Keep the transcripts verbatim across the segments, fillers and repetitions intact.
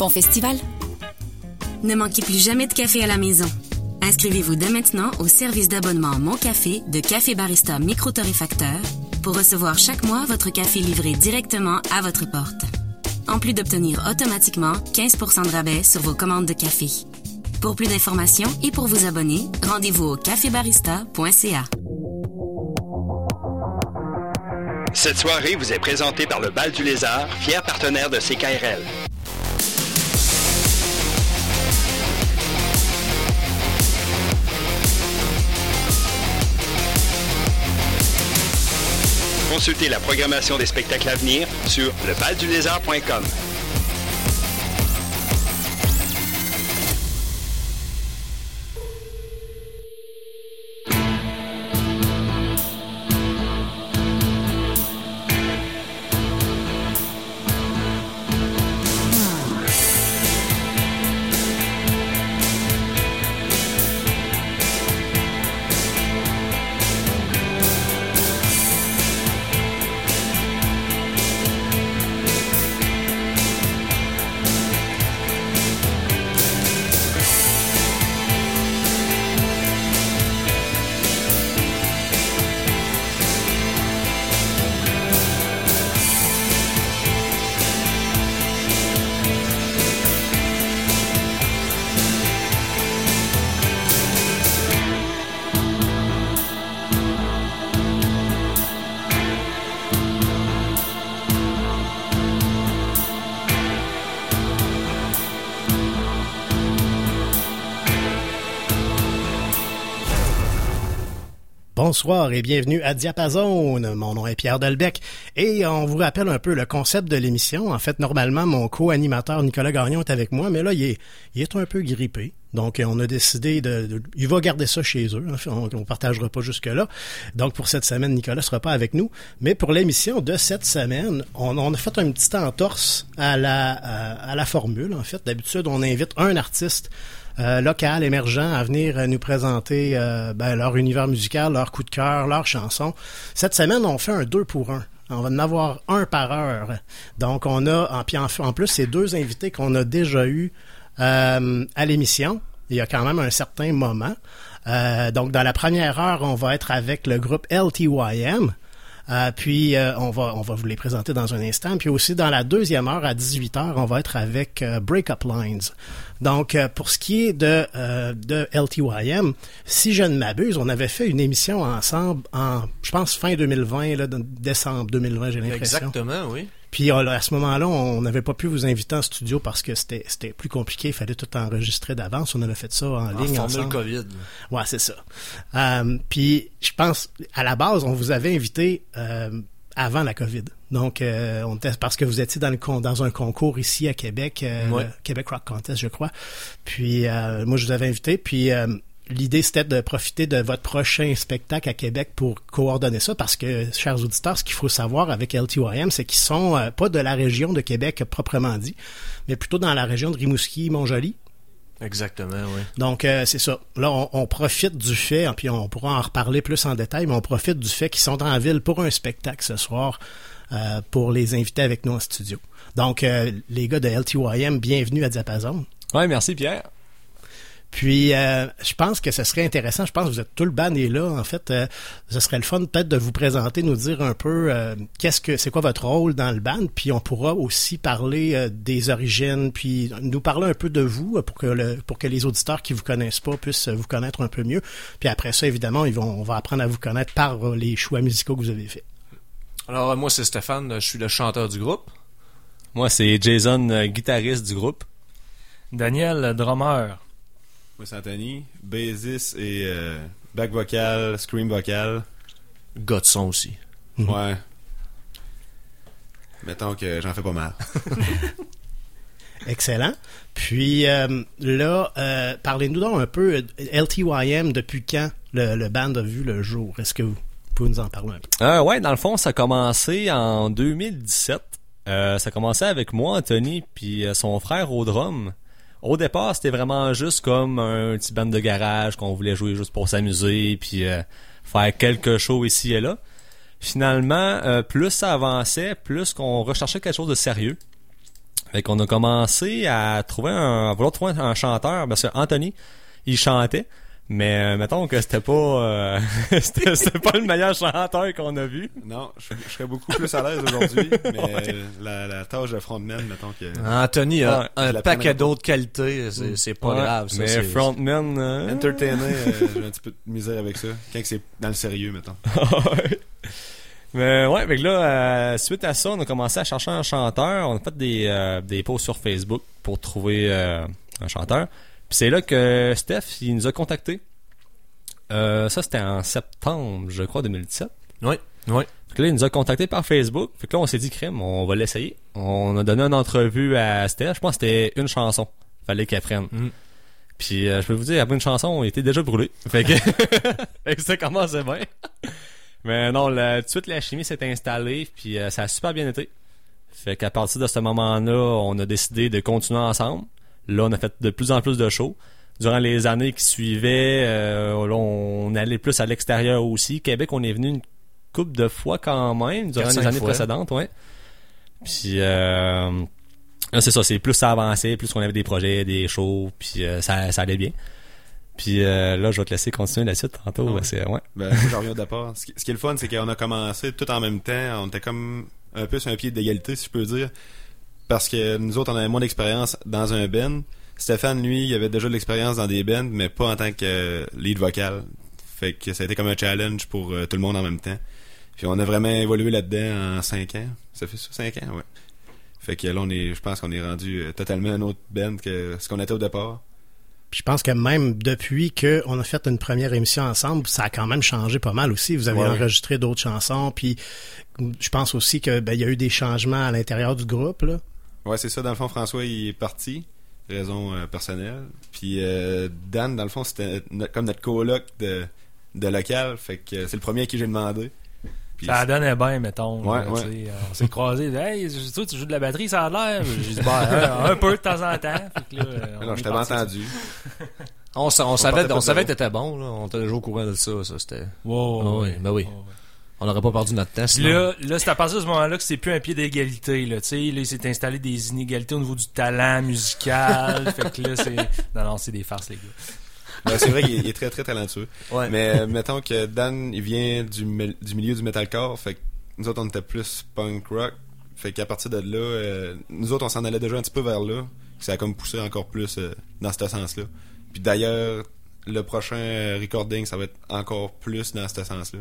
Bon festival! Ne manquez plus jamais de café à la maison. Inscrivez-vous dès maintenant au service d'abonnement Mon Café de Café Barista Micro-Torréfacteur pour recevoir chaque mois votre café livré directement à votre porte. En plus d'obtenir automatiquement quinze pour cent de rabais sur vos commandes de café. Pour plus d'informations et pour vous abonner, rendez-vous au café barista point c a. Cette soirée vous est présentée par le Bal du Lézard, fier partenaire de C K R L. Consultez la programmation des spectacles à venir sur le bal du lézard point com. Bonsoir et bienvenue à Diapason. Mon nom est Pierre Delbecq et on vous rappelle un peu le concept de l'émission. En fait, normalement, mon co-animateur Nicolas Gagnon est avec moi, mais là, il est, il est un peu grippé. Donc, on a décidé de, de... Il va garder ça chez eux. On ne partagera pas jusque-là. Donc, pour cette semaine, Nicolas ne sera pas avec nous. Mais pour l'émission de cette semaine, on, on a fait un petit entorse à la, à, à la formule. En fait, d'habitude, on invite un artiste Euh, local, émergent, à venir euh, nous présenter euh, ben, leur univers musical, leur coup de cœur, leurs chansons. Cette semaine, on fait un deux pour un. On va en avoir un par heure. Donc, on a, en, puis en, en plus, ces deux invités qu'on a déjà eus euh, à l'émission. Il y a quand même un certain moment. Euh, donc, dans la première heure, on va être avec le groupe L T Y M. Euh, puis euh, on va on va vous les présenter dans un instant. Puis aussi dans la deuxième heure à dix-huit heures, on va être avec euh, Breakup Lines. Donc euh, pour ce qui est de euh, de L T Y M, si je ne m'abuse, on avait fait une émission ensemble en je pense fin deux mille vingt là, décembre deux mille vingt, j'ai l'impression. Exactement, oui. Puis à ce moment-là, on n'avait pas pu vous inviter en studio parce que c'était c'était plus compliqué, il fallait tout enregistrer d'avance. On avait fait ça en, en ligne ensemble. En formule COVID. Ouais, c'est ça. Euh, puis je pense, à la base, on vous avait invité euh, avant la COVID. Donc, euh, on était, parce que vous étiez dans, le, dans un concours ici à Québec, euh, ouais. le Québec Rock Contest, je crois. Puis euh, moi, je vous avais invité, puis... Euh, l'idée, c'était de profiter de votre prochain spectacle à Québec pour coordonner ça, parce que, chers auditeurs, ce qu'il faut savoir avec L T Y M, c'est qu'ils sont euh, pas de la région de Québec proprement dit, mais plutôt dans la région de Rimouski-Montjoly. Exactement, oui. Donc, euh, c'est ça. Là, on, on profite du fait, puis on pourra en reparler plus en détail, mais on profite du fait qu'ils sont en ville pour un spectacle ce soir euh, pour les inviter avec nous en studio. Donc, euh, les gars de L T Y M, bienvenue à Diapason. Ouais, merci Pierre. Puis, euh, je pense que ce serait intéressant. Je pense que vous êtes tout le band est là. En fait, euh, ce serait le fun peut-être de vous présenter, nous dire un peu euh, qu'est-ce que c'est quoi votre rôle dans le band. Puis, on pourra aussi parler euh, des origines, puis nous parler un peu de vous pour que le, pour que les auditeurs qui vous connaissent pas puissent vous connaître un peu mieux. Puis après ça, évidemment, ils vont, on va apprendre à vous connaître par les choix musicaux que vous avez faits. Alors, moi, c'est Stéphane. Je suis le chanteur du groupe. Moi, c'est Jason, euh, guitariste du groupe. Daniel, drummer. Moi, c'est Anthony, bassiste et euh, back vocal, scream vocal. Gars de son aussi. Mm-hmm. Ouais. Mettons que j'en fais pas mal. Excellent. Puis euh, là, euh, parlez-nous donc un peu, L T Y M, depuis quand le, le band a vu le jour? Est-ce que vous pouvez nous en parler un peu? Euh, ouais, dans le fond, ça a commencé en deux mille dix-sept. Euh, ça a commencé avec moi, Anthony, puis euh, son frère au drum. Au départ, c'était vraiment juste comme un petit band de garage qu'on voulait jouer juste pour s'amuser, puis euh, faire quelques shows ici et là. Finalement, euh, plus ça avançait, plus qu'on recherchait quelque chose de sérieux. Fait qu'on a commencé à trouver un, à vouloir trouver un chanteur, parce que Anthony, il chantait, mais euh, mettons que c'était pas, euh, c'était, c'était pas le meilleur chanteur qu'on a vu. Non, je, je serais beaucoup plus à l'aise aujourd'hui, mais ouais. la, la tâche de frontman, mettons que... Anthony a Ouais, un la paquet prenais pas. d'autres qualités, c'est, c'est pas Ouais, grave. Ça, mais c'est, frontman, euh... Entertainer, euh, j'ai un petit peu de misère avec ça. Quand que c'est dans le sérieux, mettons. Ouais. Mais ouais, fait que là, euh, suite à ça, on a commencé à chercher un chanteur. On a fait des, euh, des posts sur Facebook pour trouver euh, un chanteur. Puis c'est là que Steph, il nous a contactés. Euh, ça, c'était en septembre, je crois, deux mille dix-sept. Oui, oui. Fait que là, il nous a contactés par Facebook. Fait que là, on s'est dit, crème, on va l'essayer. On a donné une entrevue à Steph. Je pense que c'était une chanson. Fallait qu'elle prenne. Mm. Puis euh, je peux vous dire, après une chanson, il était déjà brûlé. Fait que, fait que ça commençait bien. Mais non, là, tout de suite, la chimie s'est installée, puis euh, ça a super bien été. Fait qu'à partir de ce moment-là, on a décidé de continuer ensemble. Là, on a fait de plus en plus de shows. Durant les années qui suivaient, euh, là, on allait plus à l'extérieur aussi. Québec, on est venu une couple de fois quand même, durant les années fois. précédentes, ouais. Puis euh, là, c'est ça, c'est plus ça avançait, plus on avait des projets, des shows, puis euh, ça, ça allait bien. Puis euh, là, je vais te laisser continuer la suite tantôt. Ah ouais. C'est, ouais. Ben, moi, j'en reviens d'abord. Ce qui, ce qui est le fun, c'est qu'on a commencé tout en même temps. On était comme un peu sur un pied d'égalité, si je peux dire. Parce que nous autres, on avait moins d'expérience dans un band. Stéphane, lui, il avait déjà de l'expérience dans des bands, mais pas en tant que lead vocal. Fait que ça a été comme un challenge pour euh, tout le monde en même temps. Puis on a vraiment évolué là-dedans en cinq ans. Ça fait ça, cinq ans, ouais. Fait que là, on est, je pense qu'on est rendu euh, totalement un autre band que ce qu'on était au départ. Puis je pense que même depuis qu'on a fait une première émission ensemble, ça a quand même changé pas mal aussi. Vous avez Ouais. enregistré d'autres chansons, puis je pense aussi que ben, il y a eu des changements à l'intérieur du groupe, là. Ouais, c'est ça. Dans le fond, François, il est parti. Raison euh, personnelle. Puis euh, Dan, dans le fond, c'était no- comme notre coloc de, de local. Fait que euh, c'est le premier à qui j'ai demandé. Puis Ça donnait bien, mettons. Ouais, là, ouais. tu sais, euh, on s'est croisés. Hey, toi, tu joues de la batterie, ça a l'air. J'ai dit, ben, un, un peu de temps en temps. Fait que là, euh, on Alors, est je t'avais parti. entendu. On, sa- on, On savait, partait on pas savait de que t'étais bon, là. On était déjà au courant de ça, ça, c'était... Wow, Ah oui, ouais. ben oui. Ouais, ouais. On n'aurait pas perdu notre temps, Puis sinon. là, là, c'est à partir de ce moment-là que c'est plus un pied d'égalité, là. Tu sais, là, il s'est installé des inégalités au niveau du talent musical. Fait que là, c'est... Non, non, c'est des farces, les gars. Ben, c'est vrai qu'il est, il est très très talentueux. Ouais. Mais euh, mettons que Dan, il vient du, mel- du milieu du metalcore. Fait que nous autres, on était plus punk rock. Fait qu'à partir de là, euh, nous autres, on s'en allait déjà un petit peu vers là. Ça a comme poussé encore plus euh, dans ce sens-là. Puis d'ailleurs, le prochain euh, recording, ça va être encore plus dans ce sens-là.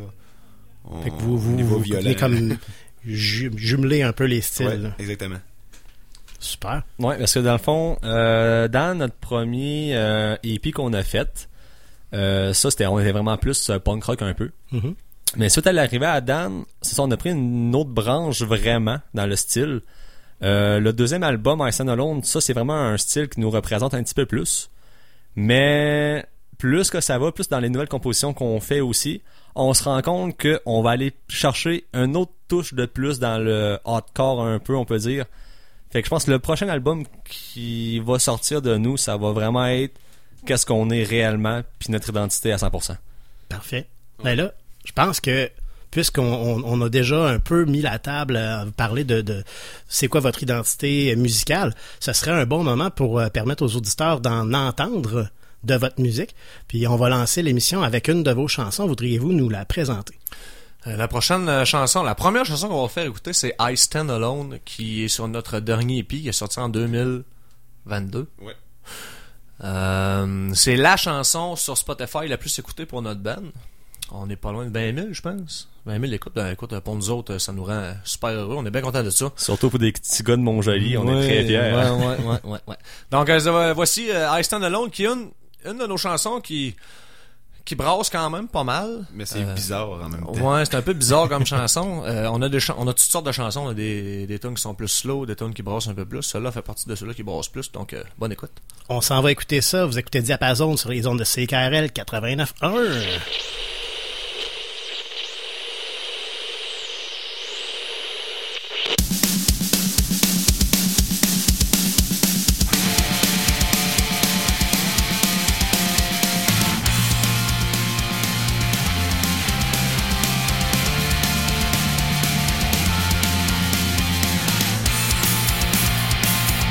On, Fait que vous, vous, niveau vous violent. venez comme ju- jumeler un peu les styles. Ouais, là. exactement. Super. Ouais, parce que dans le fond, euh, dans notre premier euh, E P qu'on a fait, euh, ça, c'était, on était vraiment plus euh, punk rock un peu. Mhm. Mais suite à l'arrivée à Dan, c'est ça, on a pris une autre branche vraiment dans le style. Euh, le deuxième album, I Stand Alone, ça, c'est vraiment un style qui nous représente un petit peu plus. Mais plus que ça va, plus dans les nouvelles compositions qu'on fait aussi, on se rend compte qu'on va aller chercher une autre touche de plus dans le hardcore un peu, on peut dire. Fait que je pense que le prochain album qui va sortir de nous, ça va vraiment être qu'est-ce qu'on est réellement, puis notre identité à cent pour cent. Parfait. Ben là, je pense que puisqu'on on, on a déjà un peu mis la table à parler de, de c'est quoi votre identité musicale, ce serait un bon moment pour euh, permettre aux auditeurs d'en entendre de votre musique. Puis on va lancer l'émission avec une de vos chansons. Voudriez-vous nous la présenter? Euh, la prochaine euh, chanson, la première chanson qu'on va faire écouter, c'est I Stand Alone, qui est sur notre dernier E P, qui est sorti en deux mille vingt-deux. Ouais. Euh, c'est la chanson sur Spotify la plus écoutée pour notre band. On est pas loin de vingt mille, je pense. vingt mille écoutes. Ben, écoute, pour nous autres, ça nous rend super heureux. On est bien contents de ça. Surtout pour des petits gars de Montjoli, on Ouais, est très fiers. Ouais, ouais, ouais, ouais, ouais. Donc, euh, voici euh, I Stand Alone, qui est une, une de nos chansons qui, qui brasse quand même pas mal. Mais c'est Euh, bizarre en même temps. Ouais, c'est un peu bizarre comme chanson. Euh, on a des chan- on a toutes sortes de chansons. On a des, des tunes qui sont plus slow, des tunes qui brassent un peu plus. Celle-là fait partie de ceux-là qui brassent plus. Donc, euh, bonne écoute. On s'en va écouter ça. Vous écoutez Diapason sur les ondes de C K R L quatre-vingt-neuf un. I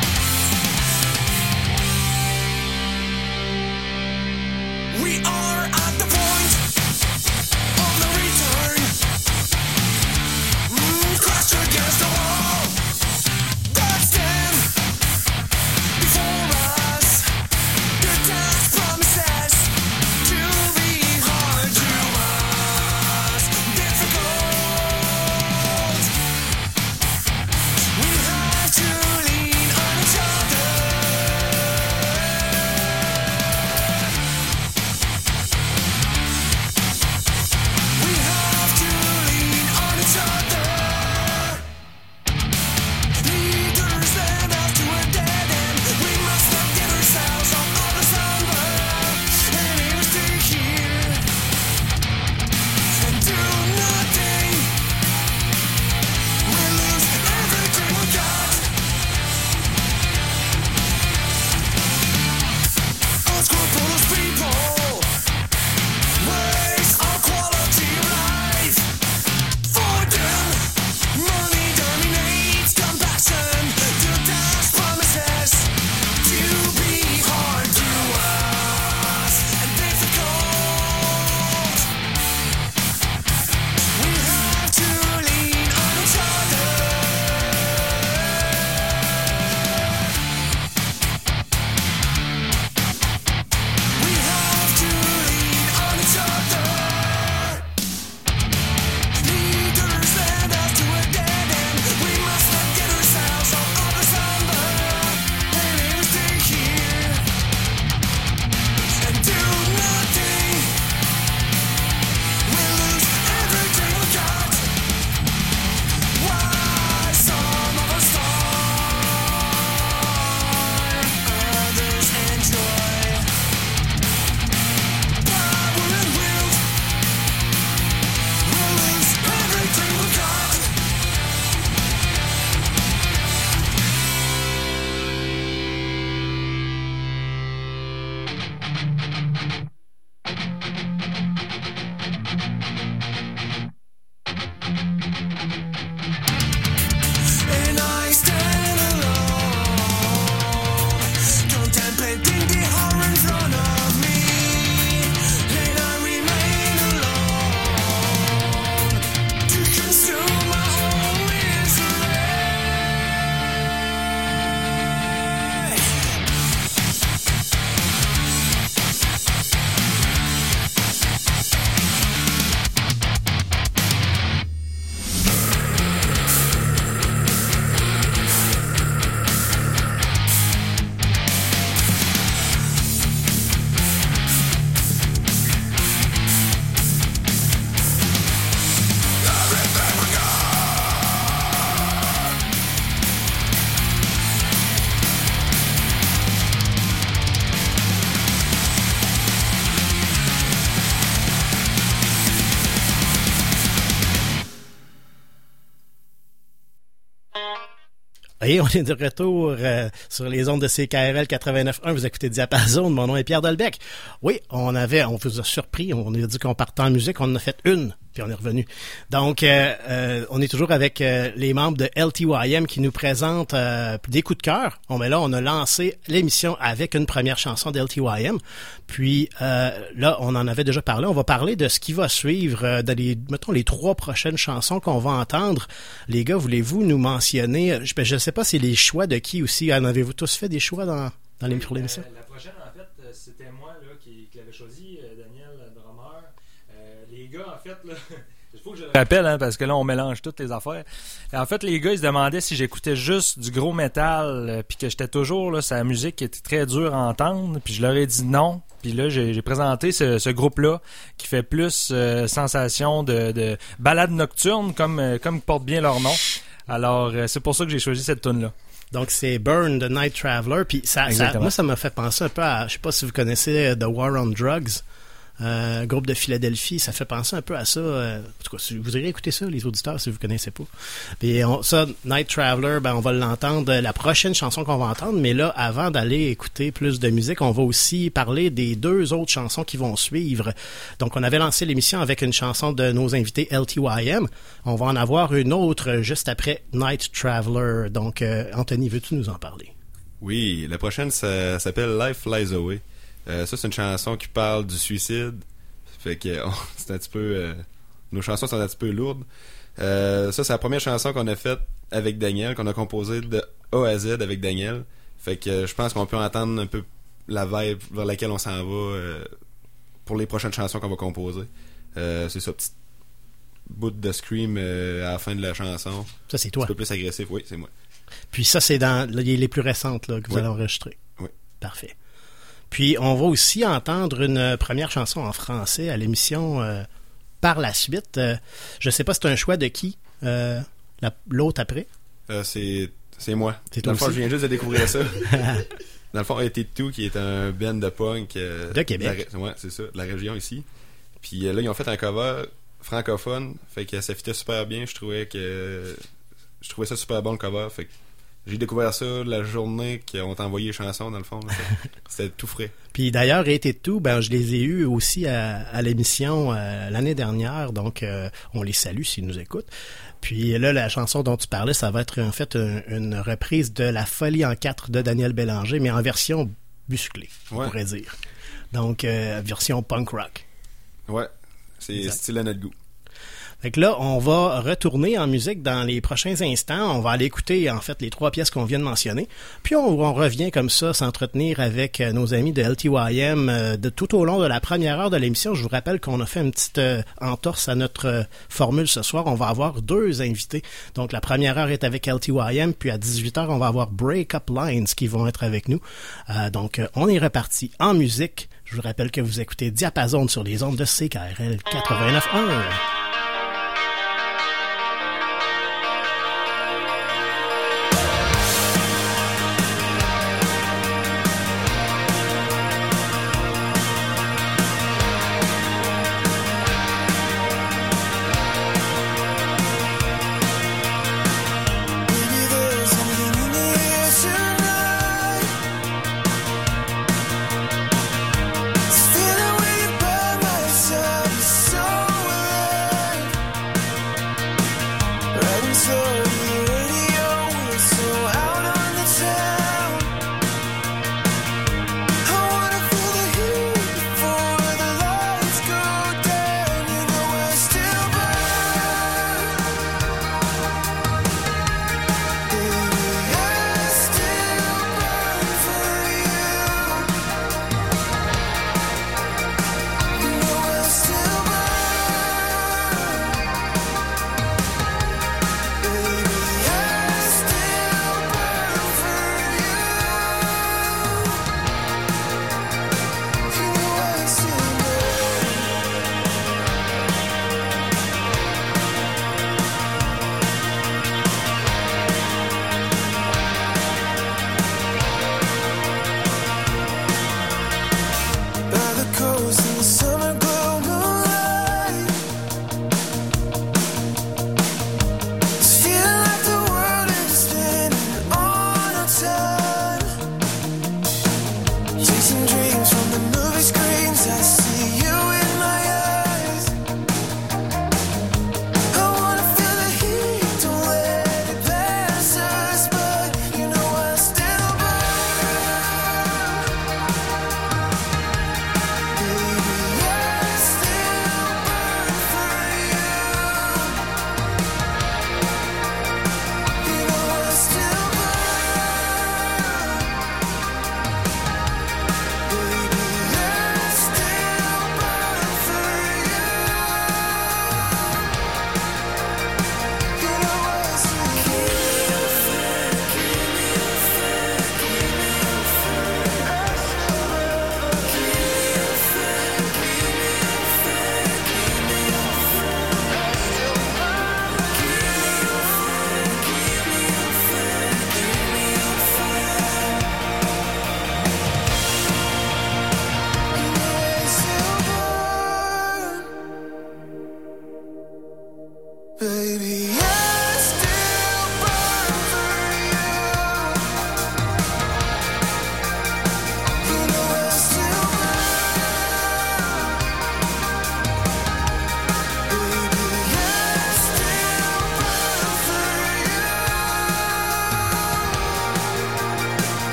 Et on est de retour euh, sur les ondes de C K R L quatre-vingt-neuf point un. Vous écoutez Diapason. Mon nom est Pierre Delbecq. Oui, on avait, on vous a surpris. On a dit qu'on partait en musique. On en a fait une, puis on est revenu. Donc, euh, euh, on est toujours avec euh, les membres de L T Y M qui nous présentent euh, des coups de cœur. Bon, mais là, on a lancé l'émission avec une première chanson de L T Y M. Puis euh, là, on en avait déjà parlé. On va parler de ce qui va suivre euh, dans les, mettons, les trois prochaines chansons qu'on va entendre. Les gars, voulez-vous nous mentionner, je, je sais pas si les choix de qui aussi, en avez-vous tous fait des choix dans, dans les, pour l'émission? Euh, la prochaine, en fait, c'était moi là, qui, qui l'avais choisi, euh, Daniel, le drummer. Euh, les gars, en fait, là... Il faut que je le rappelle, hein, parce que là, on mélange toutes les affaires. Et en fait, les gars, ils se demandaient si j'écoutais juste du gros métal, euh, puis que j'étais toujours, là, c'est la musique qui était très dure à entendre, puis je leur ai dit non. Puis là, j'ai, j'ai présenté ce, ce groupe-là qui fait plus euh, sensation de, de balade nocturne, comme, euh, comme porte bien leur nom. Alors, euh, c'est pour ça que j'ai choisi cette tune-là. Donc, c'est Burn de Night Traveler. Puis ça, ça, moi, ça m'a fait penser un peu à, je sais pas si vous connaissez The War on Drugs. Euh, groupe de Philadelphie, ça fait penser un peu à ça. Euh, en tout cas, si vous irez écouter ça, les auditeurs, si vous connaissez pas. Puis on, ça, Night Traveler, ben on va l'entendre, la prochaine chanson qu'on va entendre. Mais là, avant d'aller écouter plus de musique, on va aussi parler des deux autres chansons qui vont suivre. Donc, on avait lancé l'émission avec une chanson de nos invités L T Y M. On va en avoir une autre juste après Night Traveler. Donc, euh, Anthony, veux-tu nous en parler? Oui, la prochaine, ça s'appelle Life Flies Away. Euh, ça, c'est une chanson qui parle du suicide. Fait que on, c'est un petit peu... Euh, nos chansons sont un petit peu lourdes. Euh, ça, c'est la première chanson qu'on a faite avec Daniel, qu'on a composée de A à Z avec Daniel. Fait que euh, je pense qu'on peut entendre un peu la vibe vers laquelle on s'en va euh, pour les prochaines chansons qu'on va composer. Euh, c'est ça, petit bout de scream euh, à la fin de la chanson. Ça, c'est toi. Un peu plus agressif, oui, c'est moi. Puis ça, c'est dans les, les plus récentes là, que vous oui. allez enregistrer. Oui. Parfait. Puis on va aussi entendre une première chanson en français à l'émission euh, par la suite. Euh, je sais pas si c'est un choix de qui, euh, la, l'autre après. Euh, c'est, c'est moi. C'est Dans toi le fond, aussi? je viens juste de découvrir ça. Dans le fond, A T deux, qui est un band de punk euh, de Québec. De la, ouais, c'est ça, de la région ici. Puis euh, là, ils ont fait un cover francophone, fait que ça fitait super bien. Je trouvais que je trouvais ça super bon le cover, fait que j'ai découvert ça la journée qu'on t'a envoyé les chansons, dans le fond. Là, c'était tout frais. Puis d'ailleurs, A T deux, ben, je les ai eus aussi à, à l'émission euh, l'année dernière, donc euh, on les salue s'ils nous écoutent. Puis là, la chanson dont tu parlais, ça va être en fait une, une reprise de La Folie en quatre de Daniel Bélanger, mais en version musclée, ouais. on pourrait dire. Donc, euh, version punk rock. Ouais, c'est exact. Style à notre goût. Fait que là, on va retourner en musique dans les prochains instants. On va aller écouter, en fait, les trois pièces qu'on vient de mentionner. Puis on, on revient comme ça, s'entretenir avec euh, nos amis de L T Y M euh, de, tout au long de la première heure de l'émission. Je vous rappelle qu'on a fait une petite euh, entorse à notre euh, formule ce soir. On va avoir deux invités. Donc, la première heure est avec L T Y M, puis à dix-huit heures, on va avoir Break Up Lines qui vont être avec nous. Euh, donc, euh, on est reparti en musique. Je vous rappelle que vous écoutez Diapason sur les ondes de C K R L quatre-vingt-neuf un. Feeling way by myself, so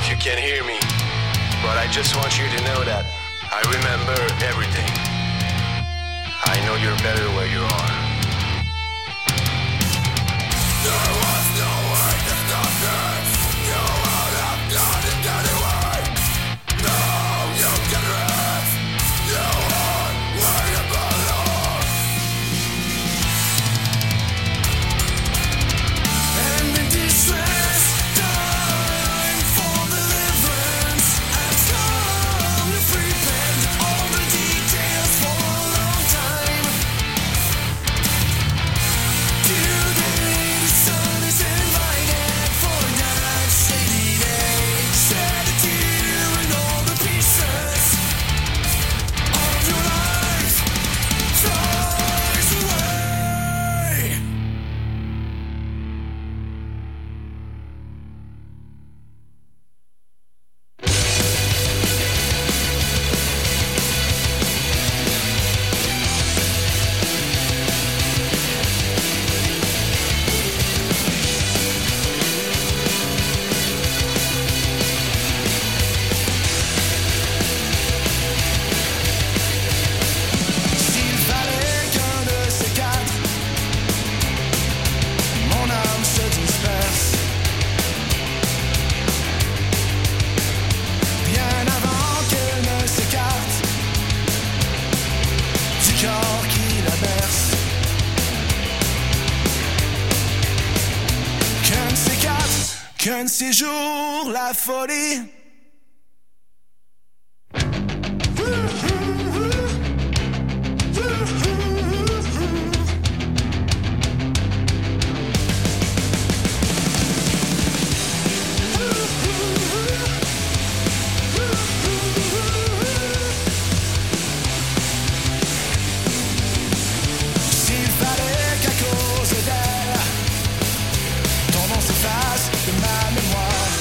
you can hear me, but I just want you to know that I remember everything. I know you're better where you are. There was no way to stop this. You would have done it anyway. Now you can rest. You are where you belong. And in distress, time for deliverance. As long as prepared all the details for a long time. Today the sun is invited for a night shady day. Shed a tear in all the pieces of your life flies away. S'il fallait qu'un de ces quatre, mon âme se disperse, bien avant qu'elle ne s'écarte du corps qui la berce. Qu'un de ces quatre, qu'un de ces jours, la folie. S'il fallait qu'à cause d'elle, ton nom s'efface de ma mémoire,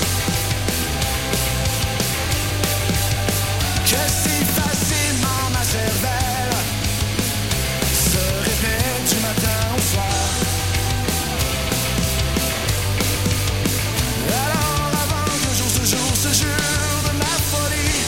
que si facilement ma cervelle se répète du matin au soir. Alors avant qu'un jour ce jour se jure de ma folie.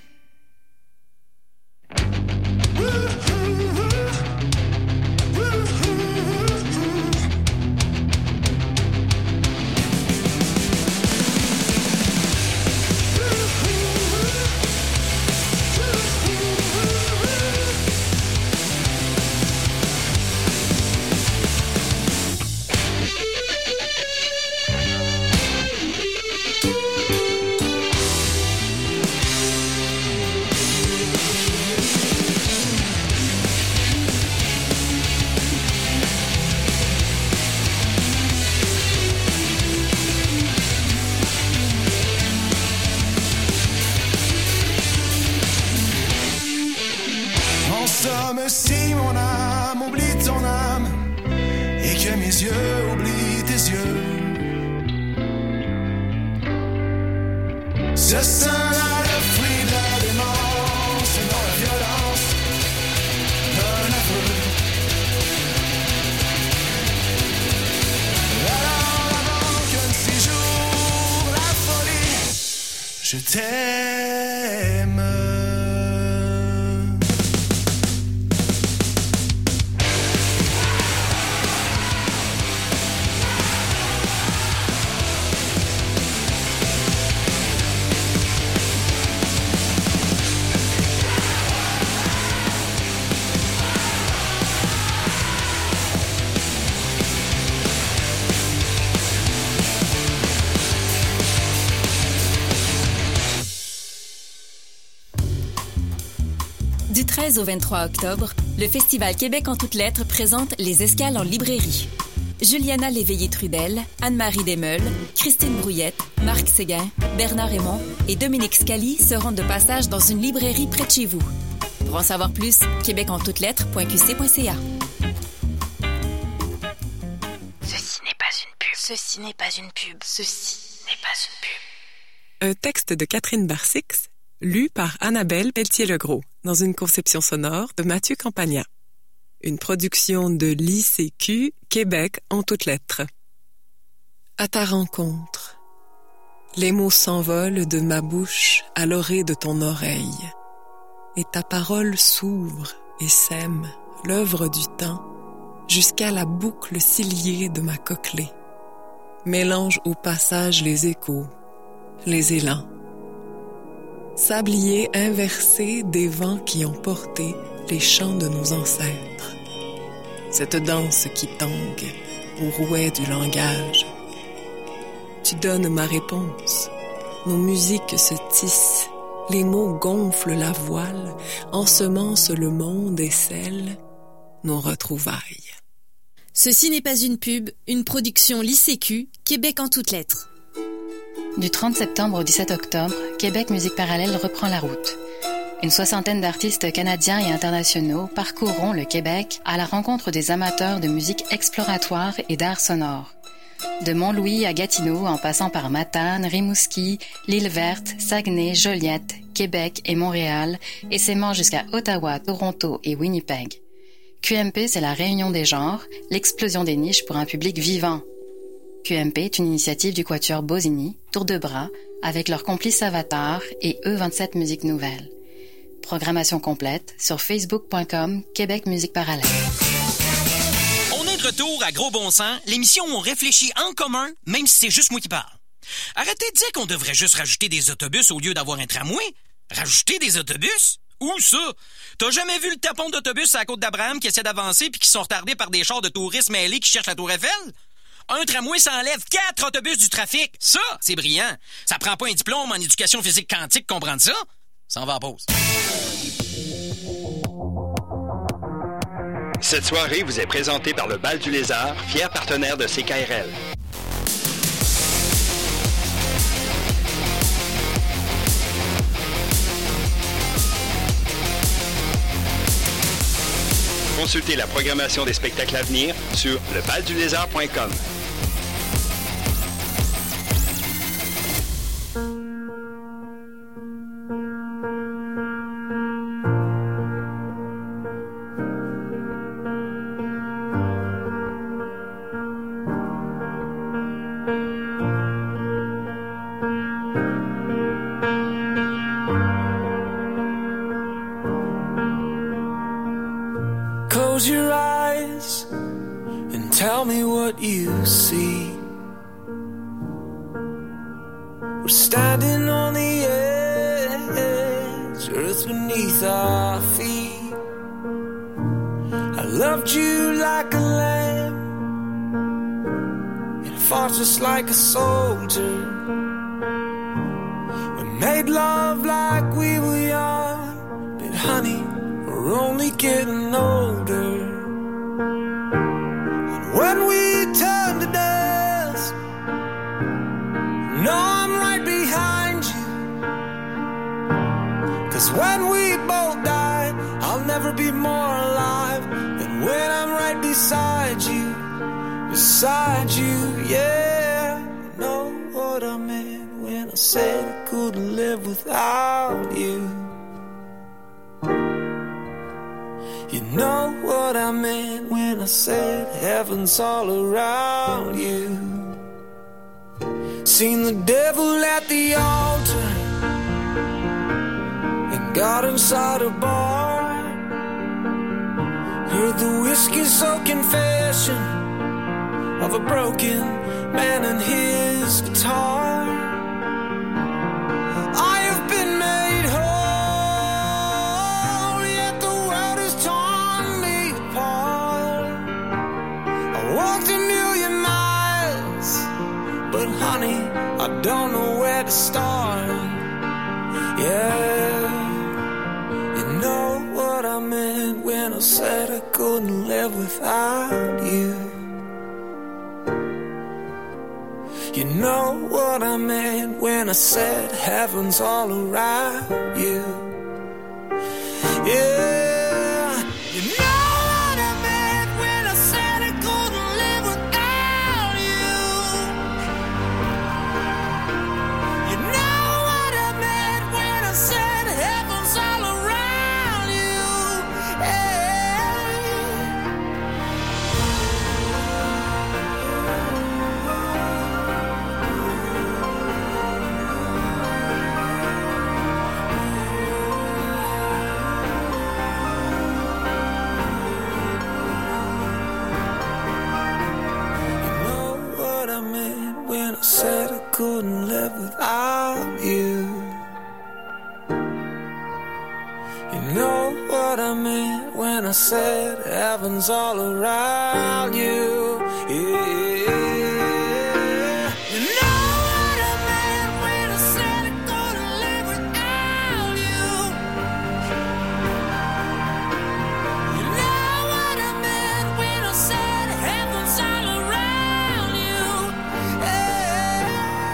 En somme, si mon âme oublie ton âme et que mes yeux oublient tes yeux, ce sera le fruit de la démence et non la violence d'un aveu. Alors avant qu'un de ces jours, la folie, je t'aime. Du treize au vingt-trois octobre, le Festival Québec en toutes lettres présente les escales en librairie. Juliana Léveillé-Trudel, Anne-Marie Desmeules, Christine Brouillette, Marc Séguin, Bernard Raymond et Dominique Scali seront de passage dans une librairie près de chez vous. Pour en savoir plus, québec en toutes lettres point q c point c a. Ceci n'est pas une pub. Ceci n'est pas une pub. Ceci n'est pas une pub. Un texte de Catherine Barsix, lu par Annabelle Pelletier-Legros, dans une conception sonore de Mathieu Campagna. Une production de l'I C Q Québec en toutes lettres. À ta rencontre, Les mots s'envolent de ma bouche à l'orée de ton oreille. Et ta parole s'ouvre et sème l'œuvre du temps jusqu'à la boucle ciliée de ma cochlée. Mélange au passage les échos, les élans. Sablier inversé des vents qui ont porté les chants de nos ancêtres. Cette danse qui tangue au rouet du langage. Tu donnes ma réponse. Nos musiques se tissent. Les mots gonflent la voile, ensemencent le monde et scellent nos retrouvailles. Ceci n'est pas une pub, une production l'I C Q, Québec en toutes lettres. Du trente septembre au dix-sept octobre, Québec Musique Parallèle reprend la route. Une soixantaine d'artistes canadiens et internationaux parcourront le Québec à la rencontre des amateurs de musique exploratoire et d'art sonore. De Mont-Louis à Gatineau, en passant par Matane, Rimouski, L'Île-Verte, Saguenay, Joliette, Québec et Montréal, et s'aimant jusqu'à Ottawa, Toronto et Winnipeg. Q M P, c'est la réunion des genres, l'explosion des niches pour un public vivant. Q M P est une initiative du Quatuor Bosini, Tour de Bras, avec leur complice Avatar et E vingt-sept Musiques Nouvelles. Programmation complète sur facebook point com Québec Musique Parallèle. On est de retour à Gros Bon Sens, l'émission où on réfléchit en commun, même si c'est juste moi qui parle. Arrêtez de dire qu'on devrait juste rajouter des autobus au lieu d'avoir un tramway. Rajouter des autobus? Où ça? T'as jamais vu le tapon d'autobus à la côte d'Abraham qui essaie d'avancer puis qui sont retardés par des chars de touristes mêlés qui cherchent la Tour Eiffel? Un tramway s'enlève quatre autobus du trafic. Ça, c'est brillant. Ça prend pas un diplôme en éducation physique quantique, comprendre ça? Ça en va en pause. Cette soirée vous est présentée par le Bal du Lézard, fier partenaire de C K R L. Consultez la programmation des spectacles à venir sur le bal du lézard point com. Close your eyes and tell me what you see. We're standing on the edge, earth beneath our feet. I loved you like a lamb, and I fought just like a soldier. We made love like we were young, but honey, we're only getting older. And when we turn to dust, no, I'm right behind you. 'Cause when we both die, I'll never be more alive than when I'm right beside you, beside you, yeah. You know what I meant when I said I couldn't live without you. You know what I meant when I said heaven's all around you. Seen the devil at the altar and got inside a bar. Heard the whiskey-soaked confession of a broken man and his guitar. I have been made whole, yet the world has torn me apart. I walked a million miles, but honey, I don't know where to start. Yeah, you know what I meant when I said I couldn't live without you. You know what I meant when I said heaven's all around you. Yeah, you know what I meant when I said I couldn't live without you. You know what I meant when I said heaven's all around you. Yeah. what I meant when I said heaven's all around you. Yeah. You know what I meant when I said I couldn't live without you. You know what I meant when I said heaven's all around you. Yeah.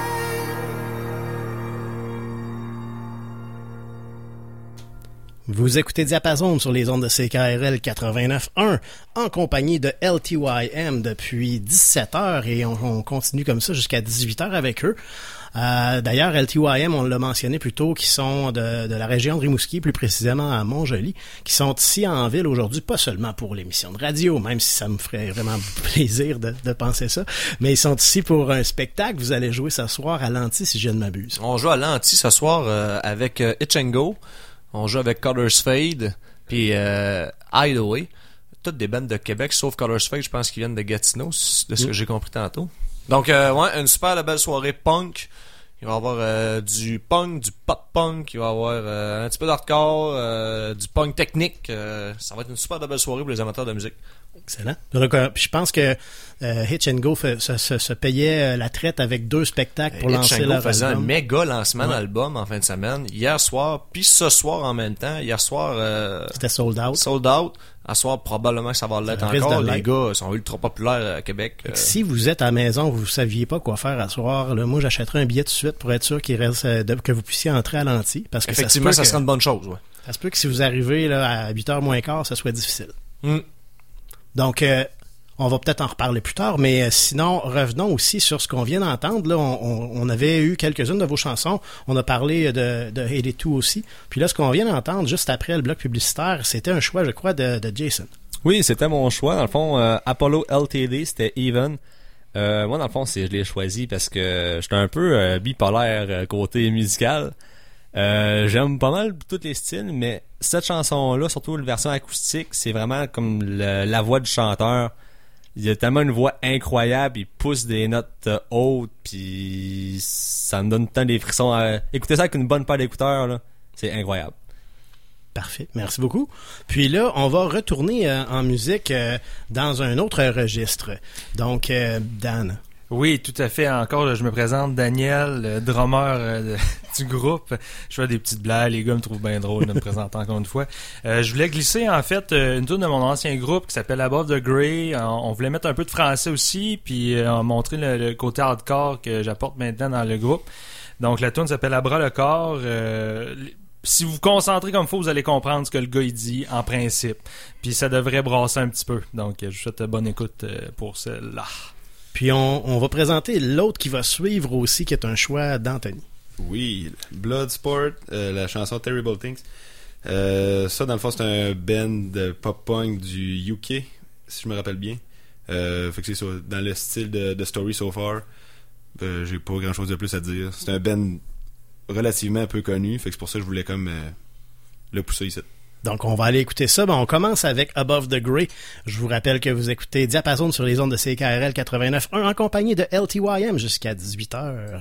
Vous écoutez Diapason sur les ondes de C K R L quatre-vingt-neuf point un en compagnie de L T Y M depuis dix-sept heures et on, on continue comme ça jusqu'à dix-huit heures avec eux. Euh, d'ailleurs, L T Y M, on l'a mentionné plus tôt, qui sont de, de la région de Rimouski, plus précisément à Montjoly, qui sont ici en ville aujourd'hui, pas seulement pour l'émission de radio, même si ça me ferait vraiment plaisir de, de penser ça, mais ils sont ici pour un spectacle. Vous allez jouer ce soir à l'Anti, si je ne m'abuse. On joue à l'Anti ce soir euh, avec euh, Itch and Go. On joue avec Colors Fade, puis euh, Hideaway. Toutes des bandes de Québec, sauf Colors Fade, je pense qu'ils viennent de Gatineau, de ce que Mm. j'ai compris tantôt. Donc, euh, ouais, une super belle soirée punk. Il va y avoir euh, du punk, du pop-punk, il va y avoir euh, un petit peu d'hardcore, euh, du punk technique. Euh, ça va être une super belle soirée pour les amateurs de musique. Excellent. Donc, euh, puis je pense que euh, Hitch and Go fait, se, se, se payait euh, la traite avec deux spectacles pour Hitch lancer and Go leur faisait album. un méga lancement Ouais. d'album en fin de semaine. Hier soir, puis ce soir en même temps. Hier soir... Euh, C'était sold out. Sold out. À soir, probablement que ça va l'être Ça risque encore. de Les l'être. gars sont ultra populaires à Québec. Fait que Euh, Si vous êtes à la maison, vous ne saviez pas quoi faire à soir, là, moi j'achèterais un billet tout de suite pour être sûr qu'il reste, euh, de- que vous puissiez entrer à l'Anti. Parce que Effectivement, ça, se ça peut serait que, une bonne chose. Ouais. ça se peut que si vous arrivez là, à huit heures moins quart, ça soit difficile. Mm. Donc, euh, on va peut-être en reparler plus tard, mais euh, sinon, revenons aussi sur ce qu'on vient d'entendre. Là, on, on, on avait eu quelques-unes de vos chansons. On a parlé de, de Hate It Too aussi. Puis là, ce qu'on vient d'entendre juste après le bloc publicitaire, c'était un choix, je crois, de, de Jason. Oui, c'était mon choix. Dans le fond, euh, Apollo L T D, c'était Even. Euh, moi, dans le fond, c'est je l'ai choisi parce que j'étais un peu euh, bipolaire euh, côté musical. Euh, j'aime pas mal tous les styles, mais cette chanson-là, surtout la version acoustique, c'est vraiment comme le- la voix du chanteur. Il a tellement une voix incroyable, il pousse des notes euh, hautes, puis ça me donne tant des frissons. À... Écoutez ça avec une bonne paire d'écouteurs, là, c'est incroyable. Parfait, merci beaucoup. Puis là, on va retourner euh, en musique euh, dans un autre registre. Donc, euh, Dan. Oui, tout à fait. Encore, là, je me présente Daniel, le drummer euh, de- du groupe. Je fais des petites blagues, les gars me trouvent bien drôle de me présenter encore une fois. Euh, je voulais glisser en fait euh, une tune de mon ancien groupe qui s'appelle Above the Grey. On, on voulait mettre un peu de français aussi, puis euh, montrer le, le côté hardcore que j'apporte maintenant dans le groupe. Donc la tune s'appelle À bras le corps. Euh, si vous vous concentrez comme il faut, vous allez comprendre ce que le gars il dit en principe. Puis ça devrait brasser un petit peu. Donc je vous souhaite bonne écoute euh, pour celle-là. Puis on, on va présenter l'autre qui va suivre aussi, qui est un choix d'Anthony. Oui, Bloodsport, euh, la chanson Terrible Things. Euh, ça, dans le fond, c'est un band de pop-punk du U K, si je me rappelle bien. Euh, fait que c'est ça, dans le style de, de Story So Far. Euh, j'ai pas grand-chose de plus à dire. C'est un band relativement peu connu, fait que c'est pour ça que je voulais comme euh, le pousser ici. Donc, on va aller écouter ça. Ben, on commence avec Above the Grey. Je vous rappelle que vous écoutez Diapason sur les ondes de C K R L quatre-vingt-neuf point un en compagnie de L T Y M jusqu'à dix-huit heures.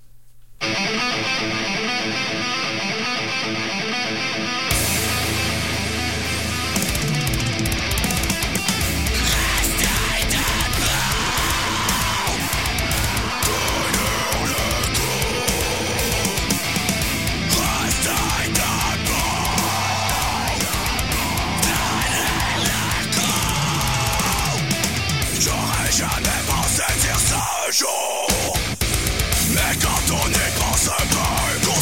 J'aurais jamais pensé dire ça un jour. Mais quand on y pense un peu,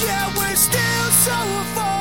yeah, we're still so far.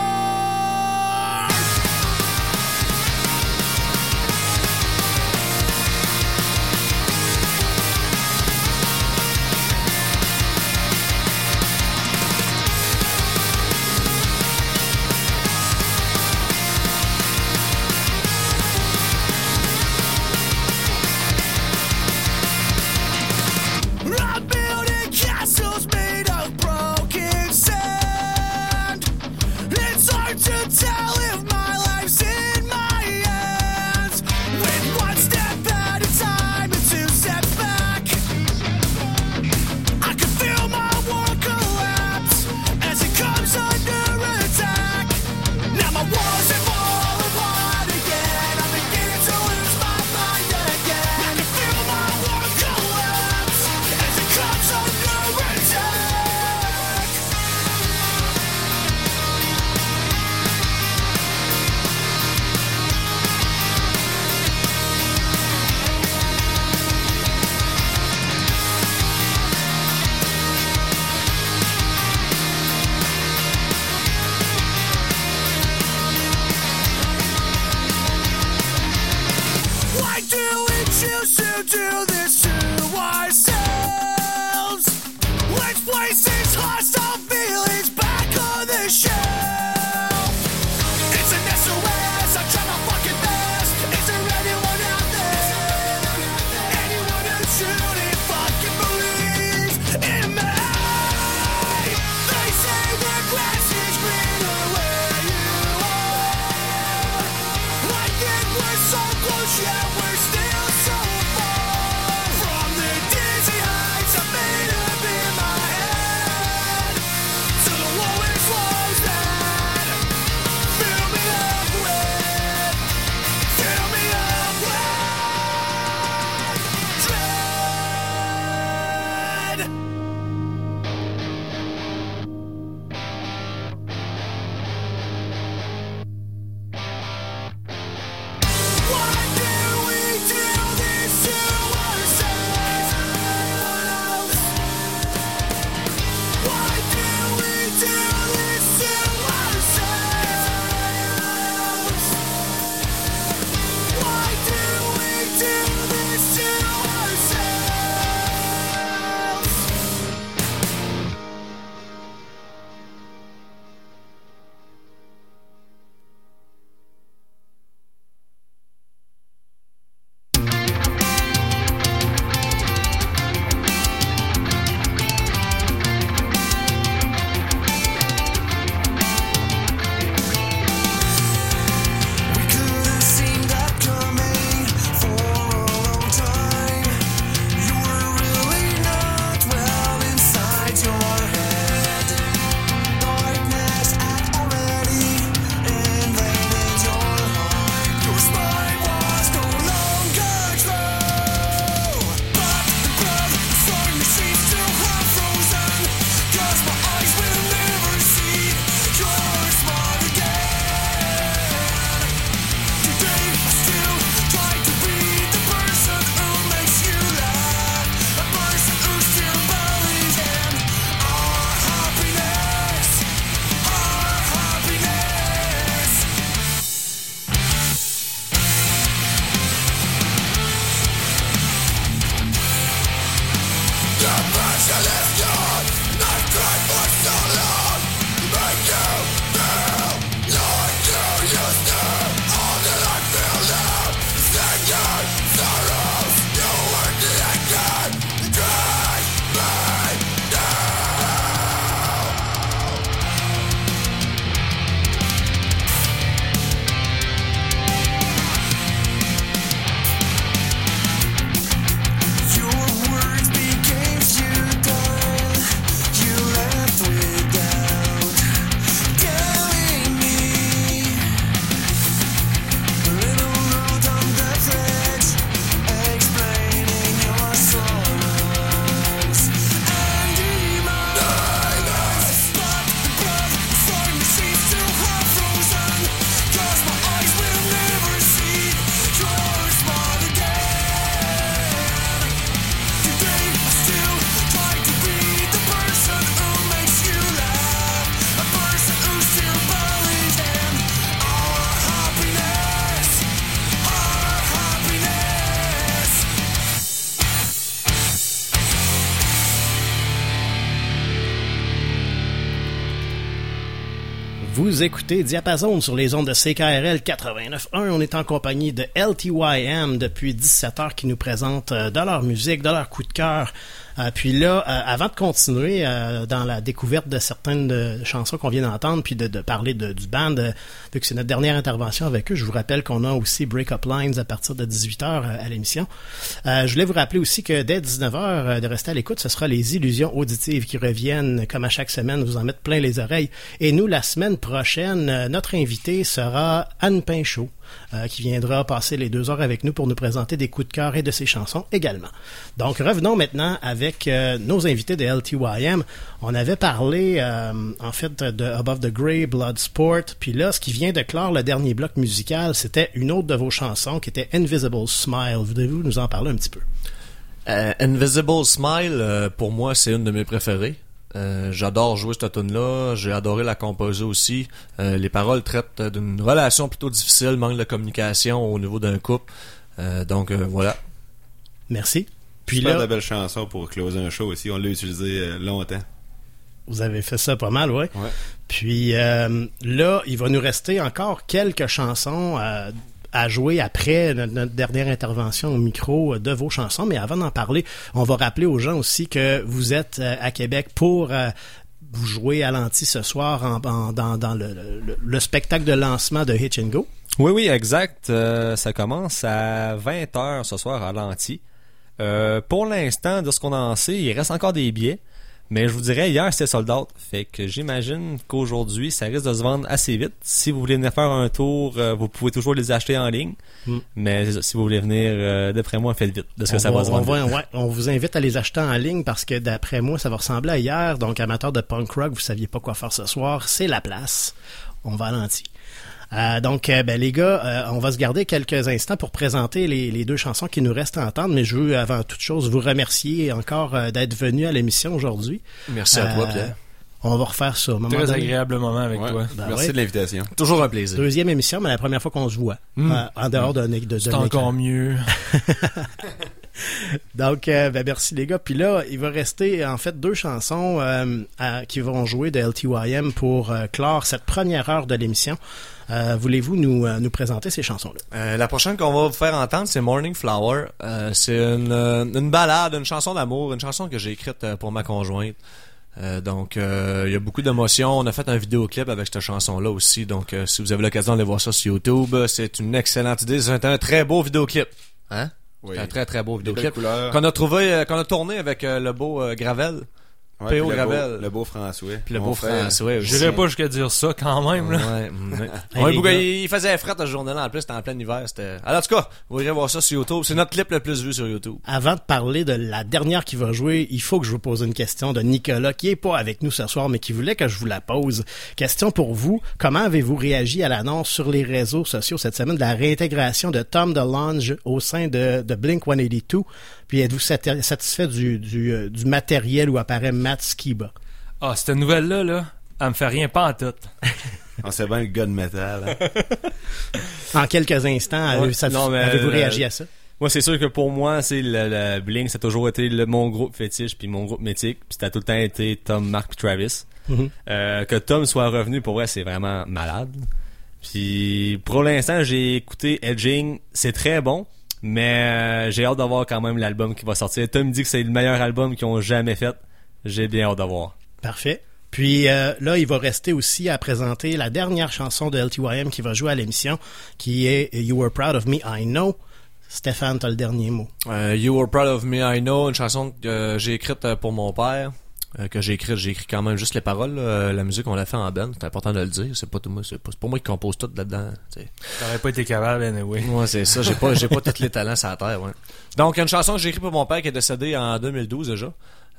I'm building castles made of broken sand. It's hard to tell if my life's in my hands. With one step at a time and two steps back, I can feel my world collapse as it comes under attack. Now my walls are fall apart again. I'm beginning to lose my mind again. I can feel my world collapse as it comes under attack. Why do we choose to do this to ourselves? Let's place these hostile feelings back on the shelf. It's an S O S, I'm trying my fucking best. Is there anyone out there? Anyone who truly fucking believes in me? They say the grass is greener where you are. I think we're so close, yeah, we're still so far from the dizzy heights I made up in my head to the lowest lows that fill me up with, fill me up with dread. Why do we do this to ourselves? Why do we do this to ourselves? Why do we do this to ourselves? We couldn't see that coming for a long time. You were really not well inside your head. Darkness had already invaded your heart. Your spine was no longer true, but the blood inside me seems to have frozen. 'Cause my eyes will never see your smile again. Today I still try to be the person who makes you laugh, a person who still believes in our happiness, our happiness. The passion is gone, not cried for so long. Make you feel like you used to. All that I feel now, singing sorrows. You were the again, drag me down. Your words became futile. Vous écoutez Diapason sur les ondes de C K R L quatre-vingt-neuf point un. On est en compagnie de L T Y M depuis dix-sept heures qui nous présentent euh, de leur musique, de leur coup de cœur. Euh, puis là, euh, avant de continuer euh, dans la découverte de certaines de chansons qu'on vient d'entendre, puis de, de parler de, du band, euh, vu que c'est notre dernière intervention avec eux, je vous rappelle qu'on a aussi Break-Up Lines à partir de dix-huit heures euh, à l'émission. Euh, je voulais vous rappeler aussi que dès dix-neuf heures, euh, de rester à l'écoute, ce sera les illusions auditives qui reviennent, comme à chaque semaine, vous en mettre plein les oreilles. Et nous, la semaine prochaine, euh, notre invité sera Anne Pinchot. Euh, qui viendra passer les deux heures avec nous pour nous présenter des coups de cœur et de ses chansons également. Donc, revenons maintenant avec euh, nos invités de L T Y M. On avait parlé, euh, en fait, de Above the Grey, Bloodsport, puis là, ce qui vient de clore le dernier bloc musical, c'était une autre de vos chansons qui était Invisible Smile. Voudriez-vous nous en parler un petit peu? Euh, Invisible Smile, euh, pour moi, c'est une de mes préférées. Euh, j'adore jouer cette tune-là, j'ai adoré la composer aussi. Euh, les paroles traitent d'une relation plutôt difficile, manque de communication au niveau d'un couple. Euh, donc euh, voilà. Merci. Puis Super là, de belle chanson pour closer un show aussi, on l'a utilisé euh, longtemps. Vous avez fait ça pas mal, oui. Ouais. Puis euh, là, il va nous rester encore quelques chansons euh, à jouer après notre, notre dernière intervention au micro de vos chansons. Mais avant d'en parler, on va rappeler aux gens aussi que vous êtes euh, à Québec pour euh, vous jouer à l'Anti ce soir en, en, dans, dans le, le, le spectacle de lancement de Hitch and Go. Oui, oui, exact. Euh, ça commence à vingt heures ce soir à l'Anti. Euh, pour l'instant, de ce qu'on en sait, il reste encore des billets. Mais je vous dirais, hier, c'était sold out. Fait que j'imagine qu'aujourd'hui, ça risque de se vendre assez vite. Si vous voulez venir faire un tour, euh, vous pouvez toujours les acheter en ligne. Mm. Mais si vous voulez venir, euh, d'après moi, faites vite. Parce que ça va, va se vendre on, va, ouais, on vous invite à les acheter en ligne parce que d'après moi, ça va ressembler à hier. Donc, amateur de punk rock, vous saviez pas quoi faire ce soir. C'est la place. On va à l'Anti. Euh, donc, euh, ben, les gars, euh, on va se garder quelques instants pour présenter les, les deux chansons qui nous restent à entendre, mais je veux, avant toute chose, vous remercier encore euh, d'être venu à l'émission aujourd'hui. Merci à euh, toi, Pierre. On va refaire ça. Très donné. Agréable moment avec ouais. toi. Ben Merci ouais. de l'invitation. Toujours un plaisir. Deuxième émission, mais la première fois qu'on se voit, mm. euh, en dehors d'un de, de, C'est encore mieux. Donc, euh, ben merci les gars. Puis là, il va rester en fait deux chansons euh, à, qui vont jouer de L T Y M pour euh, clore cette première heure de l'émission. Euh, voulez-vous nous, euh, nous présenter ces chansons-là? Euh, la prochaine qu'on va vous faire entendre, c'est Morning Flower. Euh, c'est une, une ballade, une chanson d'amour, une chanson que j'ai écrite pour ma conjointe. Euh, donc, euh, il y a beaucoup d'émotions. On a fait un vidéoclip avec cette chanson-là aussi. Donc, euh, si vous avez l'occasion d'aller voir ça sur YouTube, c'est une excellente idée. C'est un très beau vidéoclip. Hein? Oui. C'est un très très beau vidéoclip couleurs. qu'on a trouvé, euh, qu'on a tourné avec euh, le beau euh, Gravel. Ouais, P O le Gravel. beau, le beau François. Puis le Mon beau frère. François aussi. Je dirais pas jusqu'à dire ça quand même. Là. Ouais, ouais. Hey, ouais, les gars, gars. il faisait fret à ce journée-là. En plus, c'était en plein hiver. C'était... Alors, en tout cas, vous irez voir ça sur YouTube. C'est notre clip le plus vu sur YouTube. Avant de parler de la dernière qui va jouer, il faut que je vous pose une question de Nicolas, qui est pas avec nous ce soir, mais qui voulait que je vous la pose. Question pour vous. Comment avez-vous réagi à l'annonce sur les réseaux sociaux cette semaine de la réintégration de Tom DeLonge au sein de, de Blink cent quatre-vingt-deux? Puis êtes-vous satisfait du, du, euh, du matériel où apparaît Matt Skiba? Ah, cette nouvelle-là, là, elle me fait rien pas en tout. On sait bien le gars de métal. Hein. En quelques instants, Ouais, avez, ça, non, mais, avez-vous euh, réagi à ça? Moi, c'est sûr que pour moi, c'est le, le Blink, ça a toujours été le, mon groupe fétiche puis mon groupe mythique. Puis ça a tout le temps été Tom, Mark puis Travis. Mm-hmm. Euh, que Tom soit revenu, pour vrai, c'est vraiment malade. Puis pour l'instant, j'ai écouté Edging, c'est très bon. Mais euh, j'ai hâte d'avoir quand même l'album qui va sortir. Tom me dit que c'est le meilleur album qu'ils ont jamais fait. J'ai bien hâte d'avoir. Parfait. Puis euh, là, il va rester aussi à présenter la dernière chanson de L T Y M qui va jouer à l'émission, qui est You Were Proud of Me, I Know. Stéphane, t'as le dernier mot. Euh, You Were Proud of Me, I Know, une chanson que euh, j'ai écrite pour mon père. Euh, que j'ai écrite, j'ai écrit quand même juste les paroles. Là. La musique, on l'a fait en band. C'est important de le dire. C'est pas tout moi, c'est pas, c'est pas moi qui compose tout là-dedans. T'sais. T'aurais pas été capable, anyway. Ouais, c'est ça. J'ai pas, j'ai pas tous les talents sur la terre. Ouais. Donc, une chanson que j'ai écrite pour mon père qui est décédé en deux mille douze déjà.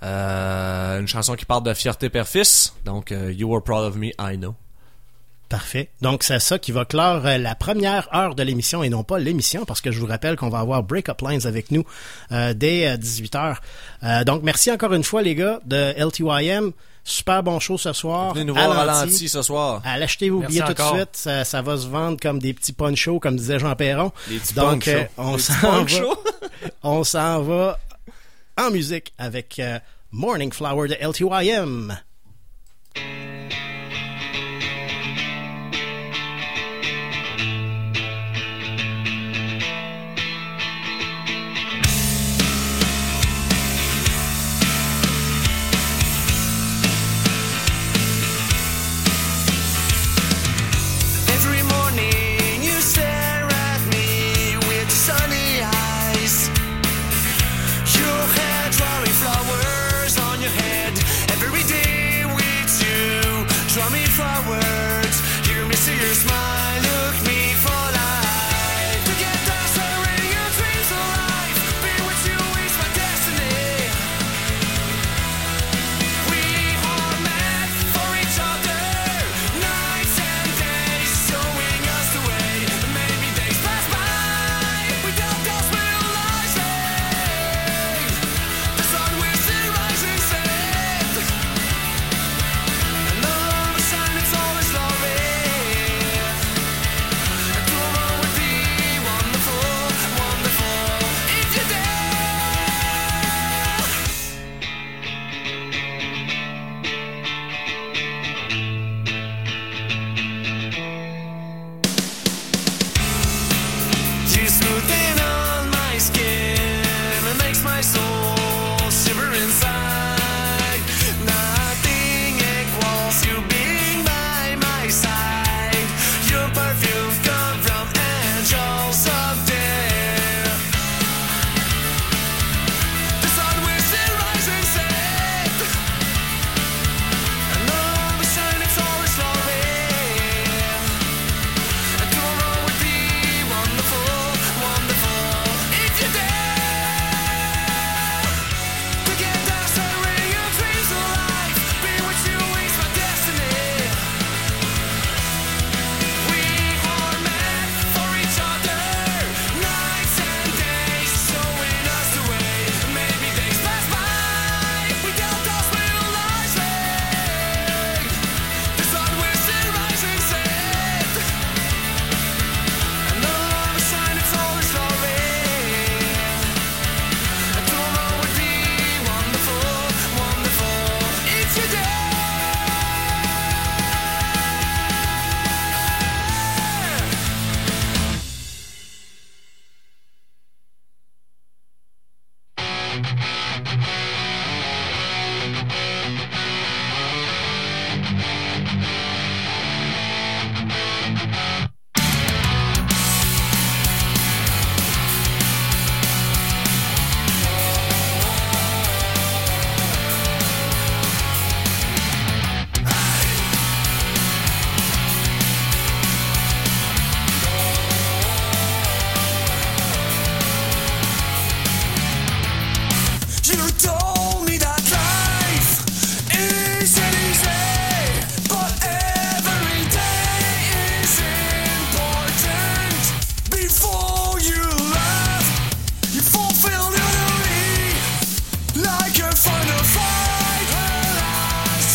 Euh, une chanson qui parle de fierté père-fils. Donc, euh, You Were Proud of Me, I Know. Parfait. Donc, c'est ça qui va clore euh, la première heure de l'émission et non pas l'émission, parce que je vous rappelle qu'on va avoir Break-Up Lines avec nous euh, dès euh, dix-huit heures. Euh, donc, merci encore une fois, les gars, de L T Y M. Super bon show ce soir. Venez nous voir à l'Anti ce soir. À l'acheter vos Merci billets tout encore. de suite. Ça, ça va se vendre comme des petits ponchos, comme disait Jean Perron. Les petits Donc, ponchos. euh, on Les s'en petits va. ponchos. On s'en va en musique avec euh, Morning Flower de L T Y M. You told me that life isn't easy, but every day is important. Before you left, you fulfilled your duty like a final fight, her last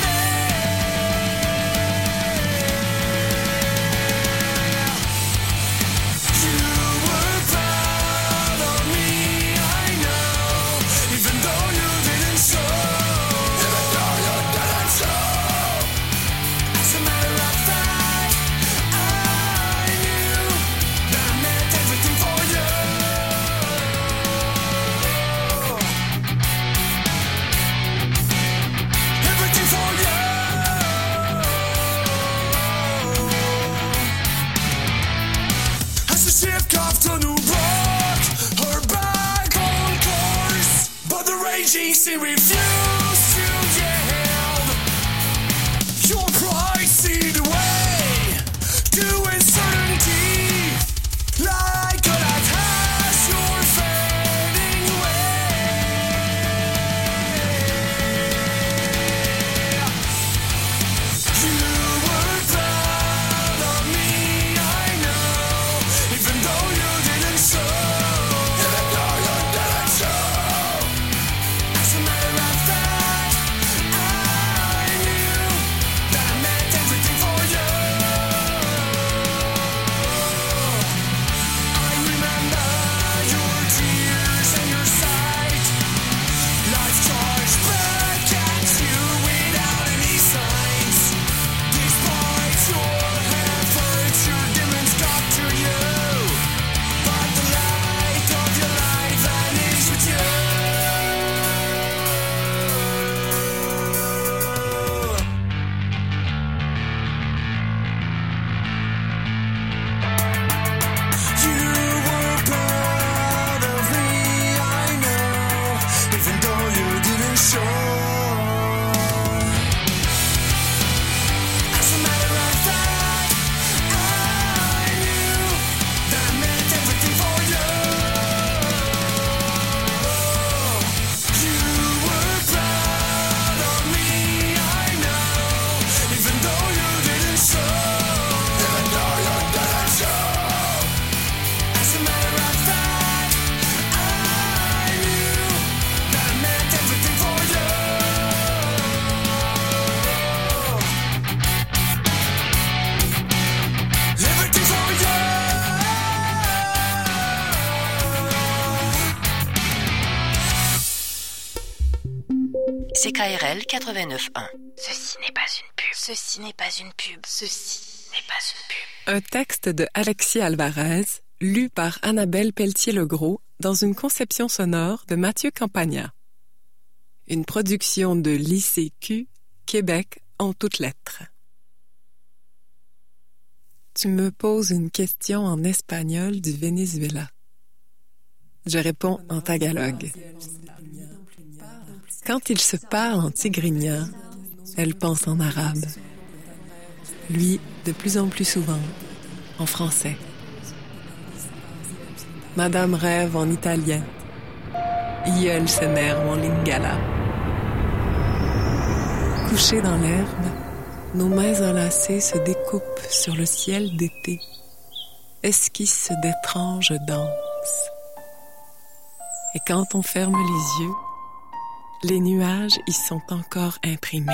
You were proud of me, I know, even though you didn't show. Even though you didn't show. As a matter of fact, I knew that I meant everything for you. Everything for you. As the ship coughed on a rock, her back on course, but the raging sea refused to yield. Your pride seed away to uncertainty, like a lighthouse, you're fading away. You were proud of me, I know, even though you didn't show. Even though you didn't show. As a matter of fact, I knew that I meant everything for you. I remember your tears and your sight. Life charged back at you without any signs. Despite your efforts, your demons got to you. But the light of your life vanished with you. You were proud of me, I know, even though you didn't show. As a matter of fact, I knew that I meant everything for you. You were proud of me, I know, even though you didn't show. Even though you didn't show. As a matter of fact, I knew that I meant everything for you. Everything for you. C K R L quatre-vingt-neuf point un. Ceci n'est pas une pub. Ceci n'est pas une pub. Ceci n'est pas une pub. Un texte de Alexis Alvarez, lu par Annabelle Pelletier-Legros dans une conception sonore de Mathieu Campagna. Une production de l'I C Q, Québec en toutes lettres. Tu me poses une question en espagnol du Venezuela. Je réponds en tagalog. Quand il se parle en tigrignat, elle pense en arabe. Lui, de plus en plus souvent, en français. Madame rêve en italien. Ieul s'énerve en lingala. Couchés dans l'herbe, nos mains enlacées se découpent sur le ciel d'été, esquissent d'étranges danses. Et quand on ferme les yeux, les nuages y sont encore imprimés.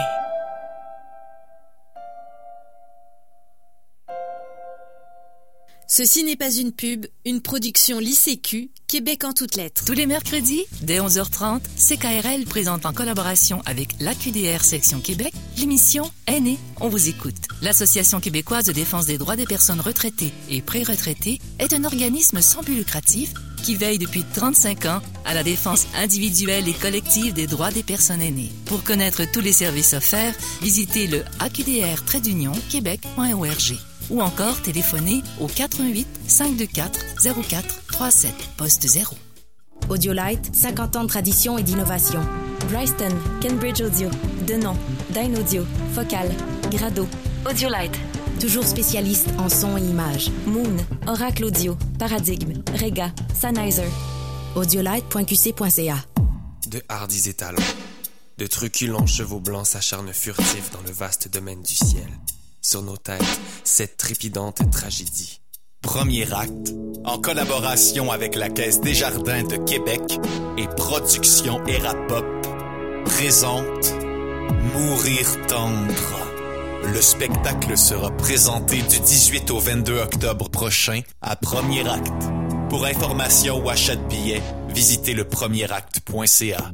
Ceci n'est pas une pub, une production l'I C Q, Québec en toutes lettres. Tous les mercredis, dès onze heures trente, C K R L présente en collaboration avec l'A Q D R Section Québec l'émission Aînés, on vous écoute. L'Association québécoise de défense des droits des personnes retraitées et pré-retraitées est un organisme sans but lucratif qui veille depuis trente-cinq ans à la défense individuelle et collective des droits des personnes aînées. Pour connaître tous les services offerts, visitez le A Q D R trait d'union québec point org ou encore téléphonez au quatre un huit, cinq deux quatre, zéro quatre trois sept, poste zéro. Audiolite, cinquante ans de tradition et d'innovation. Bryston, Cambridge Audio, Denon, Dyn Audio, Focal, Grado. Audiolite, toujours spécialiste en son et images. Moon, Oracle Audio, Paradigme, Rega, Sennheiser. audiolite point q c point c a. de hardis étalons. De truculents chevaux blancs s'acharnent furtifs dans le vaste domaine du ciel. Sur nos têtes, cette trépidante tragédie. Premier acte, en collaboration avec la Caisse Desjardins de Québec et Production Erapop, présente Mourir tendre. Le spectacle sera présenté du dix-huit au vingt-deux octobre prochain à Premier Acte. Pour information ou achat de billets, visitez le premier acte point c a.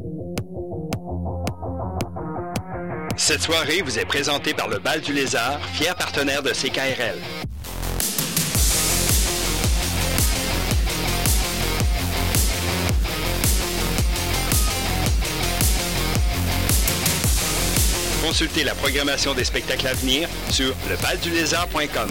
Cette soirée vous est présentée par le Bal du Lézard, fier partenaire de C K R L. Consultez la programmation des spectacles à venir sur le bal du lézard point com.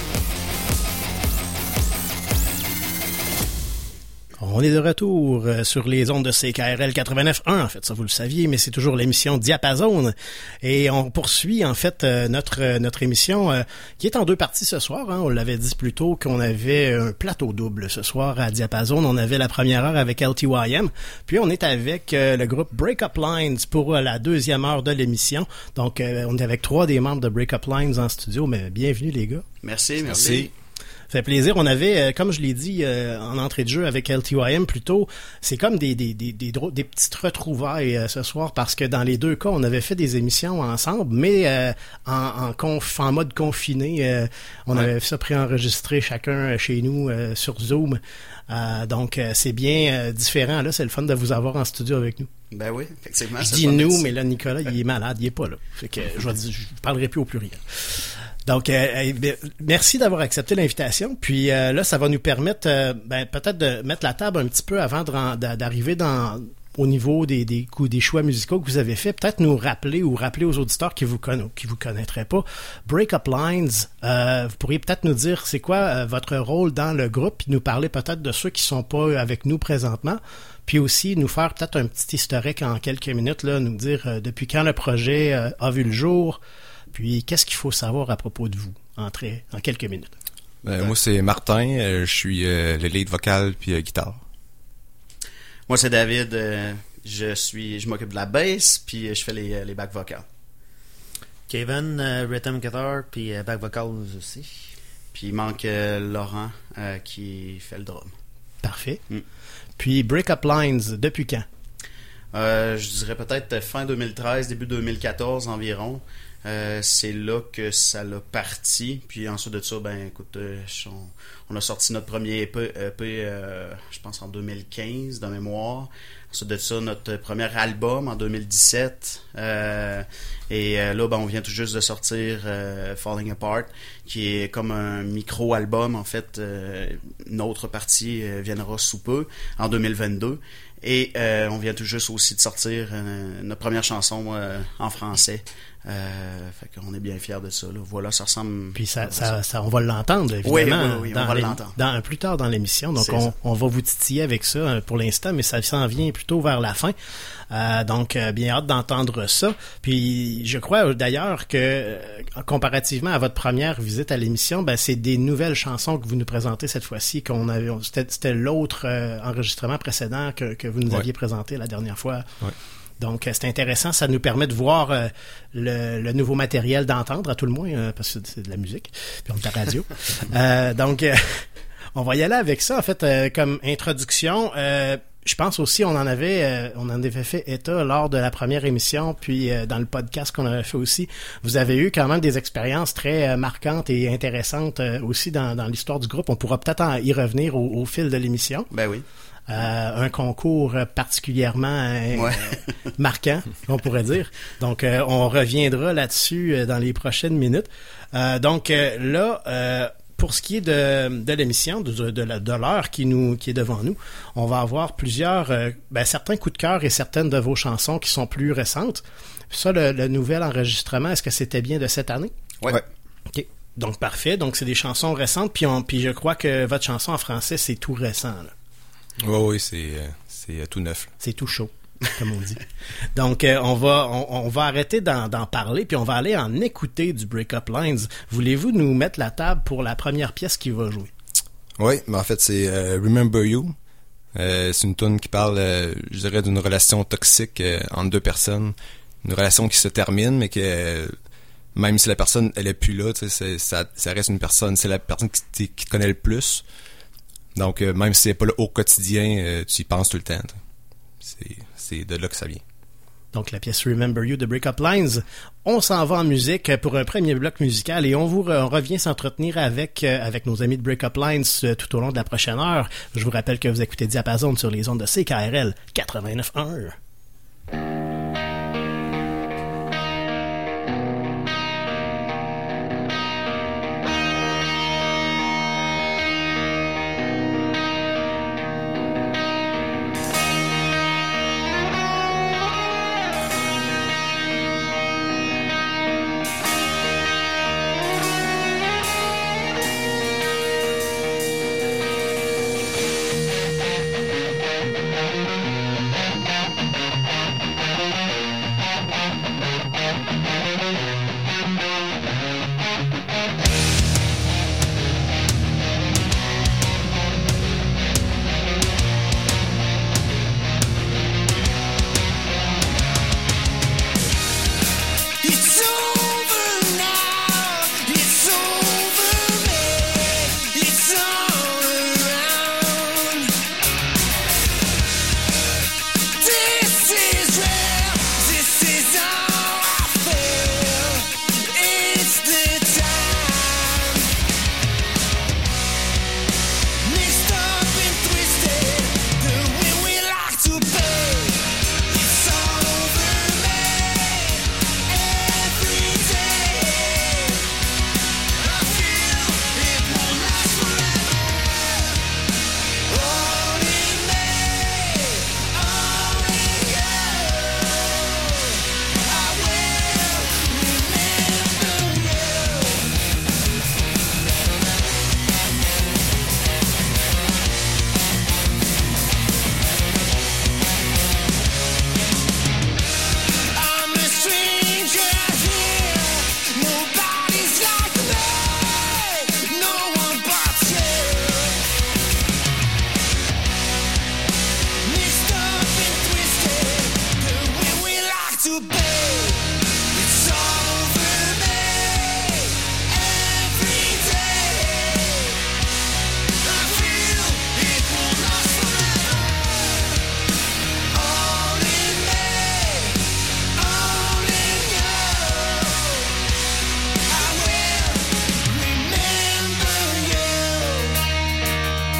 On est de retour sur les ondes de C K R L quatre-vingt-neuf point un, en fait, ça vous le saviez, mais c'est toujours l'émission Diapason. Et on poursuit, en fait, notre notre émission euh, qui est en deux parties ce soir. Hein. On l'avait dit plus tôt qu'on avait un plateau double ce soir à Diapason. On avait la première heure avec L T Y M, puis on est avec euh, le groupe Breakup Lines pour euh, la deuxième heure de l'émission. Donc, euh, on est avec trois des membres de Breakup Lines en studio, mais bienvenue les gars. Merci, merci. merci. Ça fait plaisir. On avait, euh, comme je l'ai dit euh, en entrée de jeu avec L T Y M plus tôt, c'est comme des des des des, dro- des petites retrouvailles euh, ce soir parce que dans les deux cas, on avait fait des émissions ensemble, mais euh, en en, conf- en mode confiné. Euh, on ouais. avait ça préenregistré chacun chez nous euh, sur Zoom. Euh, donc euh, c'est bien euh, différent. Là, c'est le fun de vous avoir en studio avec nous. Ben oui, effectivement. Je dis nous, mais là Nicolas, il est malade, il est pas là. Fait que je vais dire, je parlerai plus au pluriel. Donc, euh, merci d'avoir accepté l'invitation. Puis euh, là, ça va nous permettre euh, ben, peut-être de mettre la table un petit peu avant de, d'arriver dans au niveau des des coups, des choix musicaux que vous avez fait. Peut-être nous rappeler ou rappeler aux auditeurs qui vous conna- qui vous connaîtraient pas. Breakup Lines, euh, vous pourriez peut-être nous dire c'est quoi euh, votre rôle dans le groupe, puis nous parler peut-être de ceux qui sont pas avec nous présentement. Puis aussi nous faire peut-être un petit historique en quelques minutes, là, nous dire euh, depuis quand le projet euh, a vu le jour. Puis, qu'est-ce qu'il faut savoir à propos de vous, en, très, en quelques minutes? Ben, ouais. Moi, c'est Martin. Euh, je suis euh, le lead vocal puis euh, guitare. Moi, c'est David. Euh, je suis, je m'occupe de la bass puis je fais les, les back vocals. Kevin, euh, rhythm guitar puis euh, back vocals aussi. Puis, il manque euh, Laurent euh, qui fait le drum. Parfait. Mm. Puis, Breakup Lines, depuis quand? Euh, je dirais peut-être fin deux mille treize, début deux mille quatorze environ. Euh, c'est là que ça l'a parti. Puis ensuite de ça, ben écoute, euh, on, on a sorti notre premier E P, E P euh, je pense en deux mille quinze de mémoire. Ensuite de ça, notre premier album en deux mille dix-sept. Euh, et euh, là, ben, on vient tout juste de sortir euh, Falling Apart, qui est comme un micro-album. En fait, euh, une autre partie euh, viendra sous peu, en deux mille vingt-deux. Et euh, on vient tout juste aussi de sortir euh, notre première chanson euh, en français. Euh, fait qu'on est bien fiers de ça. Là. Voilà, ça ressemble. Puis ça, ça, ça, on va l'entendre évidemment. Oui, oui, oui, dans on va l'entendre. Dans, plus tard dans l'émission. Donc on, on va vous titiller avec ça pour l'instant, mais ça s'en vient plutôt vers la fin. Euh, donc euh, bien hâte d'entendre ça. Puis je crois d'ailleurs que euh, comparativement à votre première visite à l'émission, ben c'est des nouvelles chansons que vous nous présentez cette fois-ci. Qu'on avait, c'était, c'était l'autre euh, enregistrement précédent que, que vous nous ouais. aviez présenté la dernière fois. Ouais. Donc, c'est intéressant. Ça nous permet de voir euh, le, le nouveau matériel, d'entendre à tout le moins, euh, parce que c'est de la musique, puis on est à radio. euh, donc, euh, on va y aller avec ça, en fait, euh, comme introduction. Euh, je pense aussi, on en avait euh, on en avait fait état lors de la première émission, puis euh, dans le podcast qu'on avait fait aussi. Vous avez eu quand même des expériences très euh, marquantes et intéressantes euh, aussi dans, dans l'histoire du groupe. On pourra peut-être en y revenir au, au fil de l'émission. Ben oui. Euh, un concours particulièrement euh, ouais. marquant, on pourrait dire. Donc, euh, on reviendra là-dessus euh, dans les prochaines minutes. Euh, donc, euh, là, euh, pour ce qui est de, de l'émission, de, de, la, de l'heure qui, nous, qui est devant nous, on va avoir plusieurs, euh, ben, certains coups de cœur et certaines de vos chansons qui sont plus récentes. Ça, le, le nouvel enregistrement, est-ce que c'était bien de cette année? Oui. Ouais. OK. Donc, parfait. Donc, c'est des chansons récentes. Puis, on, puis je crois que votre chanson en français, c'est tout récent, là. Oui, oui, c'est, c'est tout neuf. C'est tout chaud, comme on dit. Donc, euh, on va on, on va arrêter d'en, d'en parler, puis on va aller en écouter du Breakup Lines. Voulez-vous nous mettre la table pour la première pièce qui va jouer? Oui, mais en fait, c'est euh, Remember You. Euh, c'est une tune qui parle, euh, je dirais, d'une relation toxique euh, entre deux personnes. Une relation qui se termine, mais que euh, même si la personne, elle est plus là, tu sais, c'est- ça, ça reste une personne, c'est la personne qui, t- qui te connaît le plus. Donc, euh, même si c'est pas là au quotidien, euh, tu y penses tout le temps. C'est, c'est de là que ça vient. Donc la pièce Remember You de Breakup Lines. On s'en va en musique pour un premier bloc musical et on vous re- on revient s'entretenir avec euh, avec nos amis de Breakup Lines euh, tout au long de la prochaine heure. Je vous rappelle que vous écoutez Diapason sur les ondes de C K R L quatre-vingt-neuf un. It's over now. It's over me. It's all around. This is real. This is how I feel. It's the time. Mixed up and twisted, the way we like to be. It's over me. Every day, I feel it won't last forever. Only me, only you. I will remember you. I'm a stranger here. Nobody's like me. No one but you. Mixed up and twisted, the way we like to be. It's over me. Every day, I feel it won't last forever. Only me. Only you. I will remember you.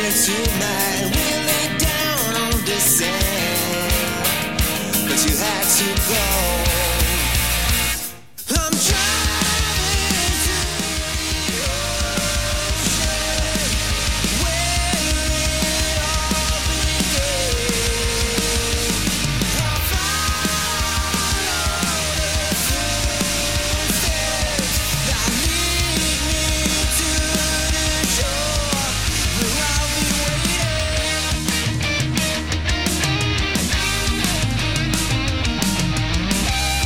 here tonight. We lay down on the sand, but you had to go. I'm driving to the ocean, where it all began. I found all the footsteps that lead me to the shore, where I'll be waiting.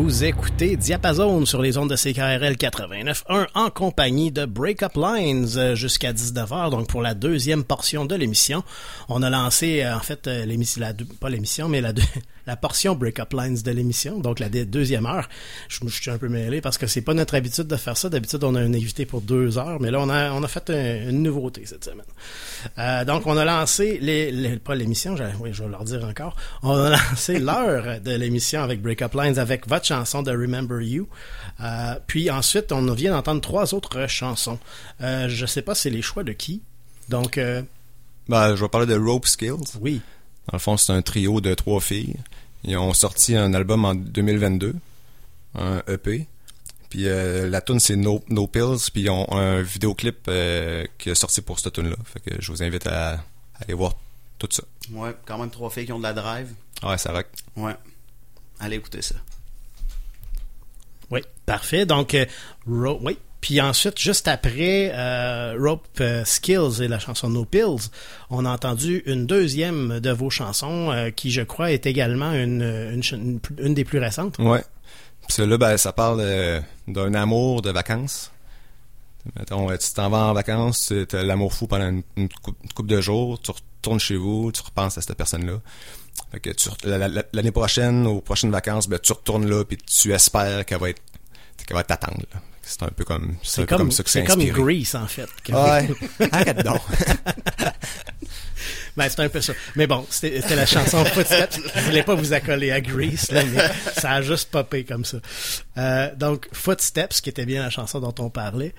vous écoutez Diapason sur les ondes de C K R L quatre-vingt-neuf point un en compagnie de Break-Up Lines euh, jusqu'à dix-neuf heures. Donc pour la deuxième portion de l'émission, on a lancé euh, en fait euh, l'émission, la, pas l'émission, mais la, la portion Break-Up Lines de l'émission, donc la deuxième heure. Je, je suis un peu mêlé parce que c'est pas notre habitude de faire ça. D'habitude, on a un invité pour deux heures, mais là, on a, on a fait un, une nouveauté cette semaine. Euh, donc on a lancé, les, les pas l'émission, je, oui, je vais leur dire encore, on a lancé l'heure de l'émission avec Break-Up Lines avec votre chanson de Remember You. Euh, puis ensuite, on vient d'entendre trois autres chansons. Euh, je sais pas, c'est les choix de qui. Donc, euh... ben, je vais parler de Rope Skills. Oui. Dans le fond, c'est un trio de trois filles. Ils ont sorti un album en deux mille vingt-deux, un E P. Puis euh, la tune c'est No, No Pills. Puis ils ont un vidéoclip euh, qui est sorti pour cette tune-là. Fait que je vous invite à, à aller voir tout ça. Ouais, quand même trois filles qui ont de la drive. Ouais, ça rock. Ouais. Allez écouter ça. Oui, parfait. Donc, euh, ro- oui. Puis ensuite, juste après euh, Rope euh, Skills et la chanson No Pills, on a entendu une deuxième de vos chansons euh, qui, je crois, est également une, une, une, une des plus récentes. Ouais. Puis celle-là, ben, ça parle euh, d'un amour de vacances. Mettons, tu t'en vas en vacances, tu as l'amour fou pendant une, une, couple, une couple de jours, tu retournes chez vous, tu repenses à cette personne-là. Fait que tu, la, la, l'année prochaine, aux prochaines vacances, ben, tu retournes là, puis tu espères qu'elle va être, qu'elle va t'attendre, là. C'est un peu comme, c'est, c'est un peu comme, comme ça que c'est, c'est inspiré. C'est comme Grease, en fait. Ouais. Arrête donc. Ben, c'est un peu ça. Mais bon, c'était, c'était la chanson Footsteps. Je voulais pas vous accoler à Grease, là, mais ça a juste popé comme ça. Euh, donc, Footsteps, qui était bien la chanson dont on parlait.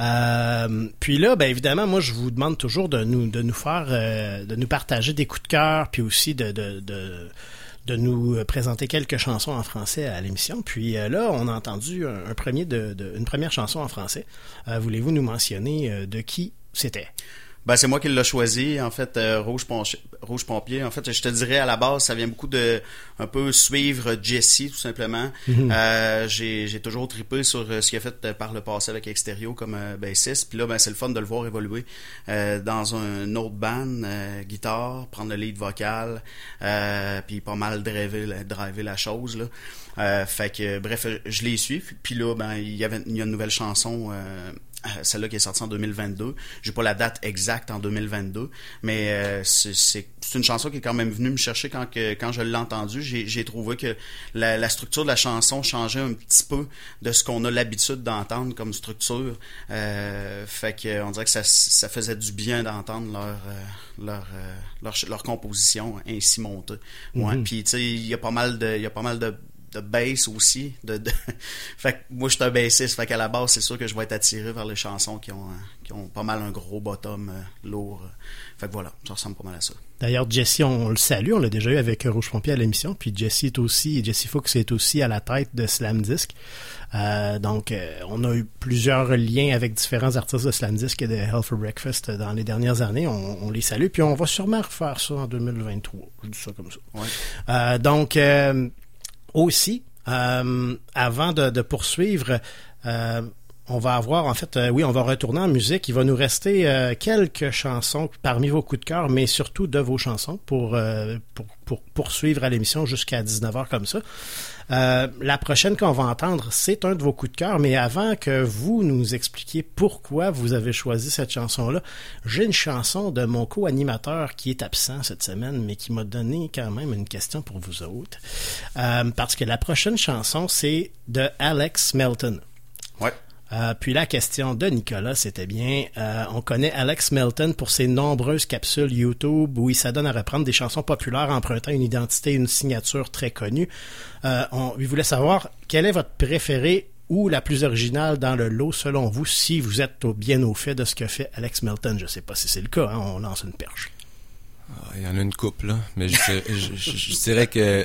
Euh, puis là, ben évidemment, moi, je vous demande toujours de nous, de nous faire, euh, de nous partager des coups de cœur, puis aussi de, de, de de nous présenter quelques chansons en français à l'émission. Puis euh, là, on a entendu un, un premier de, de, une première chanson en français. Euh, voulez-vous nous mentionner euh, de qui c'était? Ben, c'est moi qui l'ai choisi, en fait, euh, Rouge, Ponch- Rouge Pompier. En fait, je te dirais, à la base, ça vient beaucoup de un peu suivre Jesse, tout simplement. Mm-hmm. Euh, j'ai, j'ai toujours trippé sur euh, ce qu'il a fait euh, par le passé avec Extérieur comme euh, bassiste. Puis là, ben, c'est le fun de le voir évoluer euh, dans un autre band, euh, guitare, prendre le lead vocal, euh, puis pas mal driver, driver la chose, là. Euh, fait que, bref, je les suis. Puis là, ben, il y avait il y a une nouvelle chanson... Euh, celle-là qui est sortie en deux mille vingt-deux. J'ai pas la date exacte en deux mille vingt-deux, mais euh, c'est, c'est, c'est une chanson qui est quand même venue me chercher quand, que, quand je l'ai entendue. J'ai, j'ai trouvé que la, la structure de la chanson changeait un petit peu de ce qu'on a l'habitude d'entendre comme structure. Euh, fait que on dirait que ça, ça faisait du bien d'entendre leur, euh, leur, euh, leur, leur composition ainsi montée. Ouais. Mm-hmm. Puis tu sais, il y a pas mal de, il y a pas mal de de bass aussi de, de... fait que moi je suis un bassiste, fait qu'à la base c'est sûr que je vais être attiré vers les chansons qui ont qui ont pas mal un gros bottom euh, lourd, fait que voilà, ça ressemble pas mal à ça. D'ailleurs Jesse, on le salue, on l'a déjà eu avec Rouge Pompier à l'émission, puis Jesse est aussi Jesse Fuchs est aussi à la tête de Slam Disc. Euh, donc euh, on a eu plusieurs liens avec différents artistes de Slam Disc et de Hell for Breakfast dans les dernières années, on, on les salue, puis on va sûrement refaire ça en deux mille vingt-trois, je dis ça comme ça. Ouais. Euh, donc euh, aussi, euh, avant de, de poursuivre, euh, on va avoir, en fait, euh, oui, on va retourner en musique. Il va nous rester euh, quelques chansons parmi vos coups de cœur, mais surtout de vos chansons pour, euh, pour, pour poursuivre à l'émission jusqu'à dix-neuf heures comme ça. Euh, la prochaine qu'on va entendre, c'est un de vos coups de cœur, mais avant que vous nous expliquiez pourquoi vous avez choisi cette chanson-là, j'ai une chanson de mon co-animateur qui est absent cette semaine, mais qui m'a donné quand même une question pour vous autres. Euh, parce que la prochaine chanson, c'est de Alex Melton. Ouais. Euh, puis la question de Nicolas, c'était bien, euh, on connaît Alex Melton pour ses nombreuses capsules YouTube où il s'adonne à reprendre des chansons populaires empruntant une identité et une signature très connue. Euh, on, il voulait savoir quel est votre préféré ou la plus originale dans le lot selon vous, si vous êtes au, bien au fait de ce que fait Alex Melton. Je sais pas si c'est le cas, hein, on lance une perche. Il y en a une couple, là, mais je, je, je, je dirais que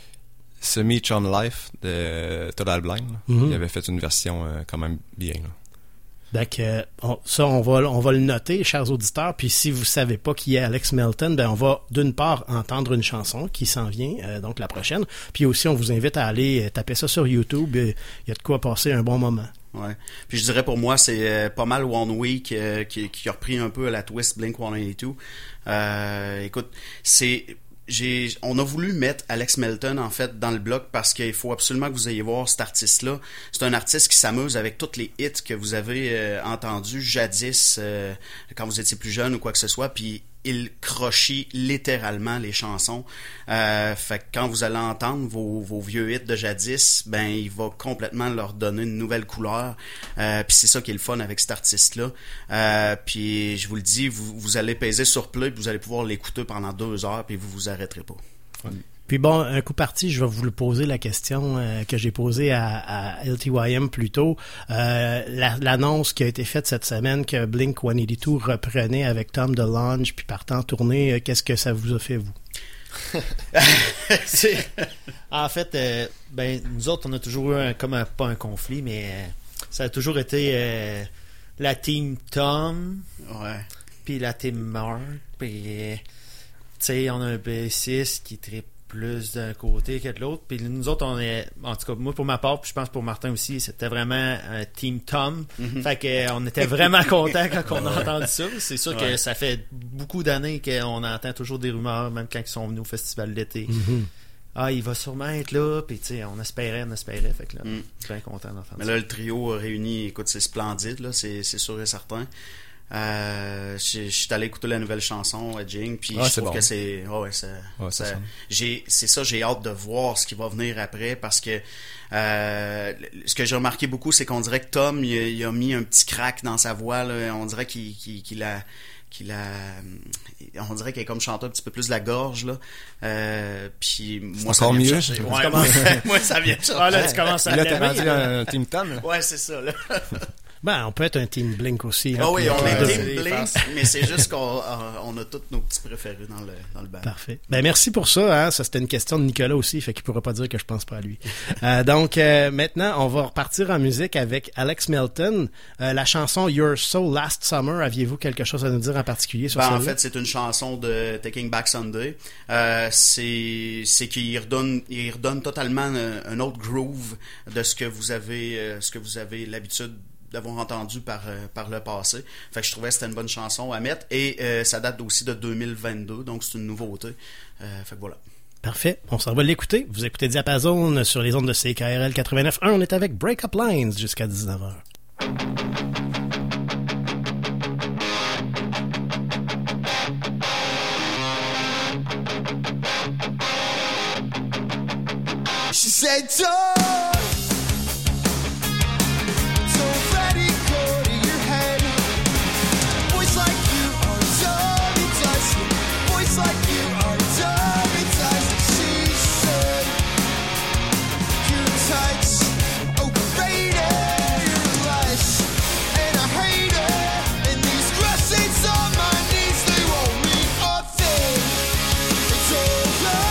Semi Chum Life de Total Blind, mm-hmm. il avait fait une version euh, quand même bien. Là. Donc, euh, on, ça, on va, on va le noter, chers auditeurs. Puis, si vous savez pas qui est Alex Melton, ben on va d'une part entendre une chanson qui s'en vient, euh, donc la prochaine. Puis aussi, on vous invite à aller taper ça sur YouTube. Il y a de quoi passer un bon moment. Ouais. Puis je dirais pour moi, c'est euh, pas mal One Week euh, qui, qui a repris un peu la twist Blink cent quatre-vingt-deux. Euh, écoute, c'est j'ai, on a voulu mettre Alex Melton, en fait, dans le bloc parce qu'il faut absolument que vous ayez voir cet artiste-là. C'est un artiste qui s'amuse avec tous les hits que vous avez euh, entendus jadis, euh, quand vous étiez plus jeune ou quoi que ce soit, puis il crochit littéralement les chansons. Euh, fait que quand vous allez entendre vos, vos vieux hits de jadis, ben il va complètement leur donner une nouvelle couleur. Euh, puis c'est ça qui est le fun avec cet artiste-là. Euh, puis je vous le dis, vous, vous allez peser sur play, puis vous allez pouvoir l'écouter pendant deux heures, puis vous vous arrêterez pas. Ouais. Puis bon, un coup parti, je vais vous le poser la question euh, que j'ai posée à, à L T Y M plus tôt. Euh, la, l'annonce qui a été faite cette semaine que Blink cent quatre-vingt-deux reprenait avec Tom DeLonge puis partant en tournée, euh, qu'est-ce que ça vous a fait, vous? C'est, en fait, euh, ben nous autres, on a toujours eu un, comme un, pas un conflit, mais euh, ça a toujours été euh, la team Tom, ouais, puis la team Mark, puis euh, tu sais, on a un bassiste qui tripe plus d'un côté que de l'autre. Puis nous autres, on est, en tout cas, moi pour ma part, puis je pense pour Martin aussi, c'était vraiment un team Tom. Mm-hmm. Fait que on était vraiment contents quand on a entendu ça. C'est sûr ouais. que ça fait beaucoup d'années qu'on entend toujours des rumeurs, même quand ils sont venus au festival d'été. Mm-hmm. Ah, il va sûrement être là, puis tu sais, on espérait, on espérait, fait que là, mm. je suis bien content d'entendre Mais ça. là, le trio réuni, écoute, c'est splendide, là, c'est, c'est sûr et certain. Euh, je suis allé écouter la nouvelle chanson Jing, puis ah, je trouve bon. que c'est oh ouais, c'est, ouais, c'est, c'est, j'ai, c'est ça, j'ai hâte de voir ce qui va venir après parce que euh, ce que j'ai remarqué beaucoup, c'est qu'on dirait que Tom il a, il a mis un petit crack dans sa voix là. On dirait qu'il, qu'il, qu'il a qu'il a on dirait qu'il est comme chanteur un petit peu plus de la gorge là. Euh, puis moi c'est encore mieux. Ouais, commences... moi ça vient ça. Ah là tu commences à là t'es rendu un team Tom là. Ouais, c'est ça là. Ben, on peut être un team Blink aussi. Ah hein, oui, on est euh, team Blink, mais c'est juste qu'on on a tous nos petits préférés dans le, dans le band. Parfait. Ben, merci pour ça. Hein. Ça, c'était une question de Nicolas aussi, fait qu'il pourra pas dire que je pense pas à lui. euh, donc, euh, maintenant, on va repartir en musique avec Alex Melton. Euh, la chanson Your Soul Last Summer, aviez-vous quelque chose à nous dire en particulier sur ça? Ben, en fait, c'est une chanson de Taking Back Sunday. Euh, c'est, c'est qu'il redonne, il redonne totalement un, un autre groove de ce que vous avez, euh, ce que vous avez l'habitude d'avoir entendu par euh, par le passé. Fait que je trouvais que c'était une bonne chanson à mettre et euh, ça date aussi de deux mille vingt-deux, donc c'est une nouveauté. Euh, fait que voilà. Parfait. On s'en va l'écouter. Vous écoutez Diapason sur les ondes de C K R L quatre-vingt-neuf point un. On est avec Break Up Lines jusqu'à dix-neuf heures. She said, "Don't, don't let it go to your head. Boys like you are dumb and dusty. Boys like you are dumb and dusty." She said, "Your touch overrated, you're lush, and I hate it. And these crossings on my knees, they won't mean a thing. It's over."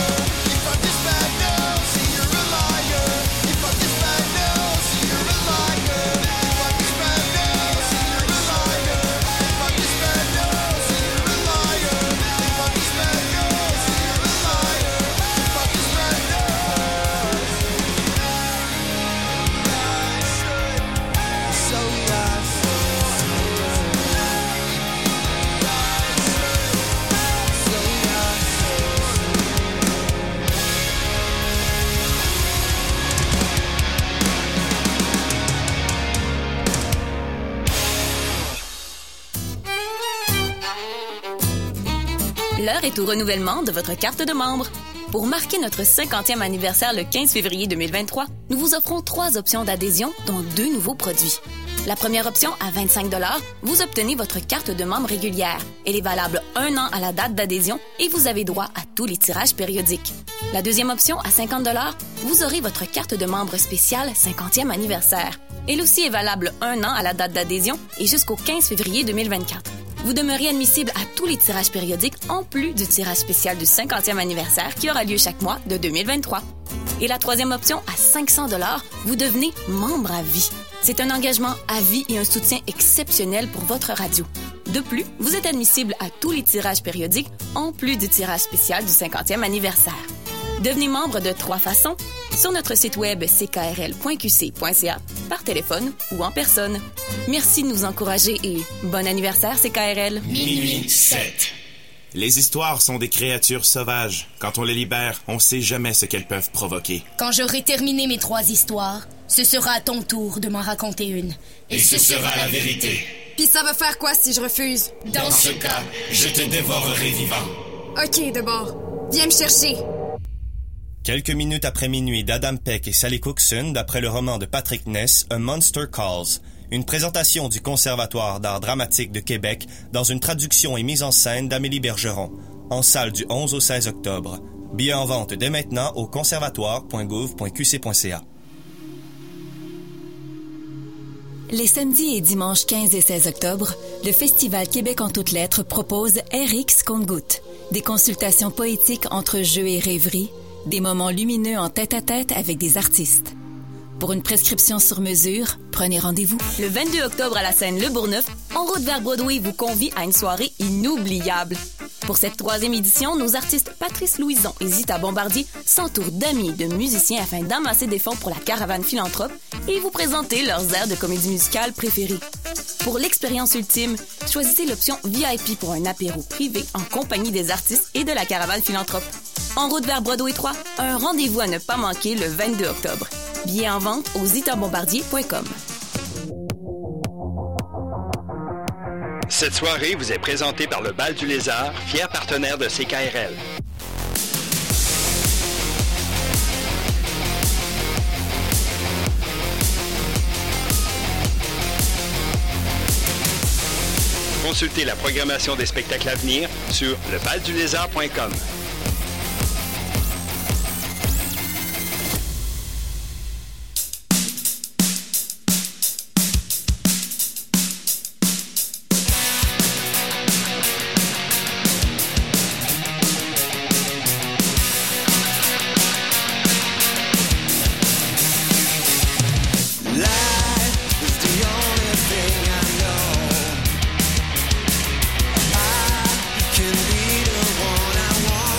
If I'm this bad, no, see you're a liar. If I'm this bad, no, see you're a liar. L'heure est au renouvellement de votre carte de membre. Pour marquer notre cinquantième anniversaire le quinze février deux mille vingt-trois, nous vous offrons trois options d'adhésion, dont deux nouveaux produits. La première option, à vingt-cinq dollars, vous obtenez votre carte de membre régulière. Elle est valable un an à la date d'adhésion et vous avez droit à tous les tirages périodiques. La deuxième option, à cinquante dollars, vous aurez votre carte de membre spéciale cinquantième anniversaire. Elle aussi est valable un an à la date d'adhésion et jusqu'au quinze février deux mille vingt-quatre. Vous demeurez admissible à tous les tirages périodiques en plus du tirage spécial du cinquantième anniversaire qui aura lieu chaque mois de deux mille vingt-trois. Et la troisième option, à cinq cents dollars, vous devenez membre à vie. C'est un engagement à vie et un soutien exceptionnel pour votre radio. De plus, vous êtes admissible à tous les tirages périodiques en plus du tirage spécial du cinquantième anniversaire. Devenez membre de trois façons, sur notre site web c k r l point q c point c a, par téléphone ou en personne. Merci de nous encourager et bon anniversaire C K R L. Minuit sept. Les histoires sont des créatures sauvages. Quand on les libère, on sait jamais ce qu'elles peuvent provoquer. Quand j'aurai terminé mes trois histoires, ce sera à ton tour de m'en raconter une. Et ce sera la vérité. Puis ça va faire quoi si je refuse? Dans ce cas, je te dévorerai vivant. Ok, d'abord. Viens me chercher. Quelques minutes après minuit d'Adam Peck et Sally Cookson, d'après le roman de Patrick Ness, A Monster Calls. Une présentation du Conservatoire d'art dramatique de Québec dans une traduction et mise en scène d'Amélie Bergeron. En salle du onze au seize octobre. Billets en vente dès maintenant au conservatoire point gouv point q c point c a. Les samedis et dimanches quinze et seize octobre, le Festival Québec en toutes lettres propose R X Compte-Gouttes. Des consultations poétiques entre jeux et rêveries, des moments lumineux en tête-à-tête avec des artistes. Pour une prescription sur mesure, prenez rendez-vous. Le vingt-deux octobre à la scène Le Bourgneuf, En route vers Broadway vous convie à une soirée inoubliable. Pour cette troisième édition, nos artistes Patrice Louison et Zita Bombardier s'entourent d'amis et de musiciens afin d'amasser des fonds pour la caravane philanthrope et vous présenter leurs airs de comédie musicale préférés. Pour l'expérience ultime, choisissez l'option V I P pour un apéro privé en compagnie des artistes et de la caravane philanthrope. En route vers Broadway trois, un rendez-vous à ne pas manquer le vingt-deux octobre. Billets en vente au zita bombardier point com. Cette soirée vous est présentée par le Bal du Lézard, fier partenaire de C K R L. Consultez la programmation des spectacles à venir sur le bal du lézard point com. Can be the one I want.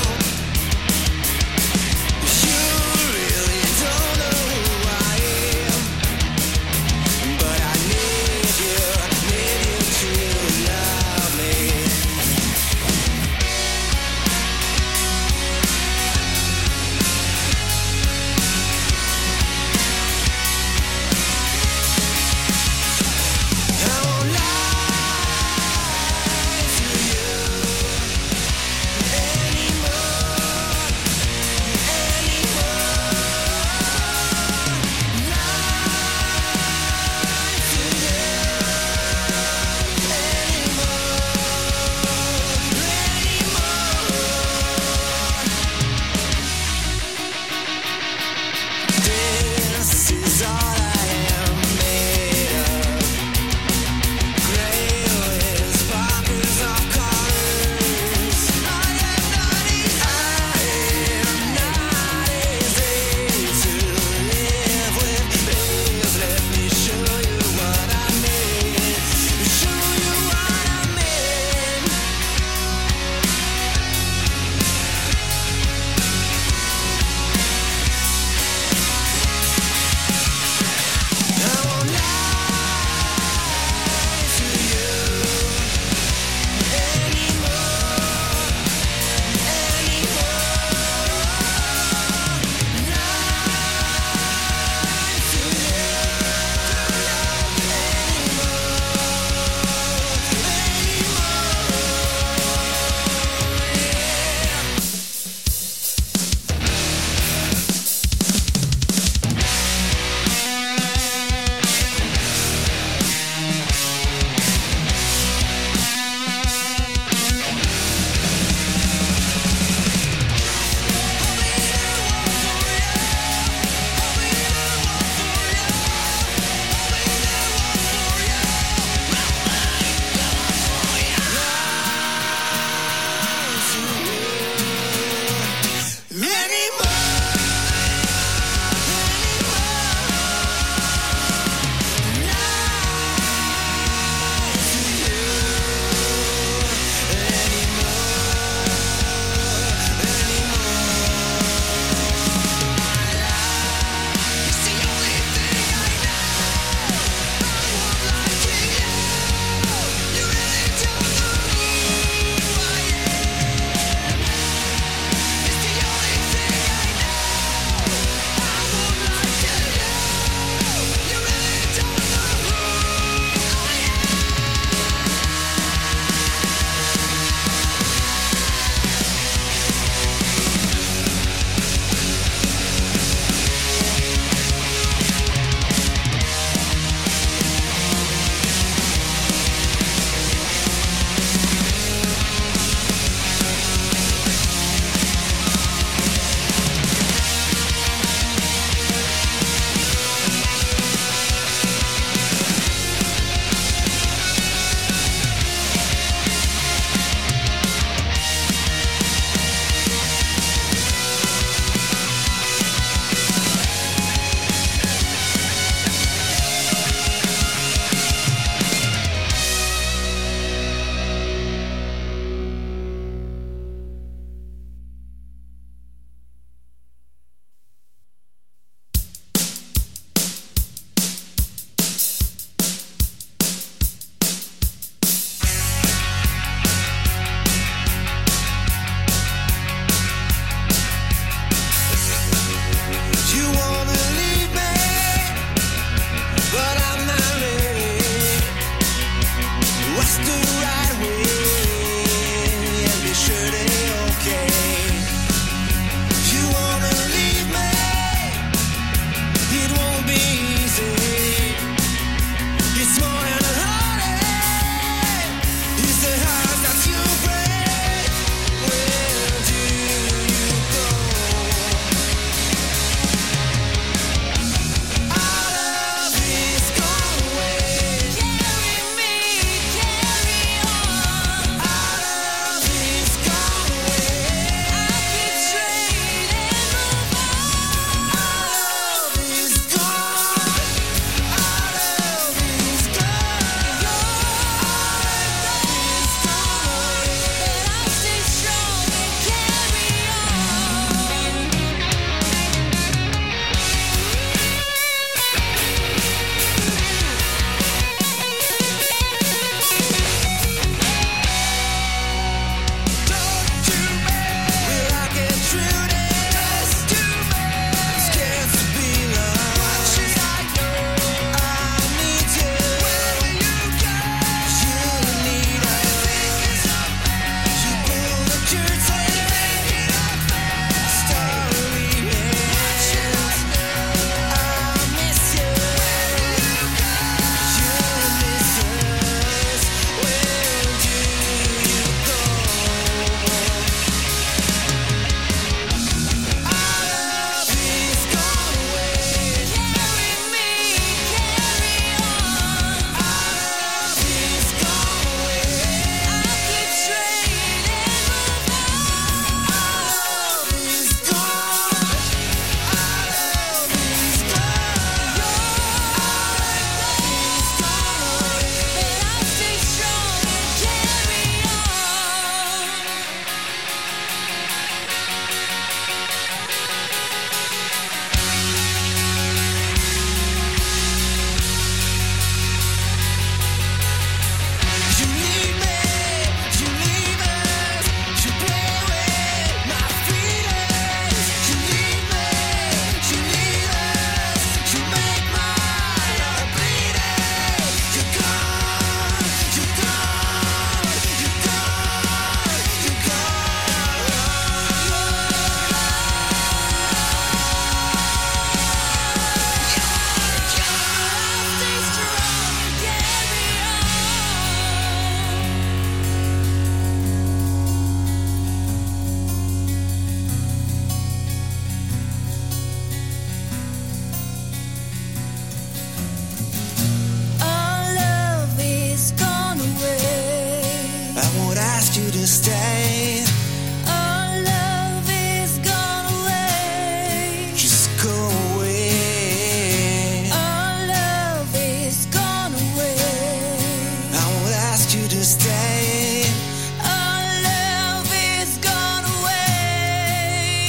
stay. Our love is gone away. Just go away. Our love is gone away. I won't ask you to stay. Our love is gone away.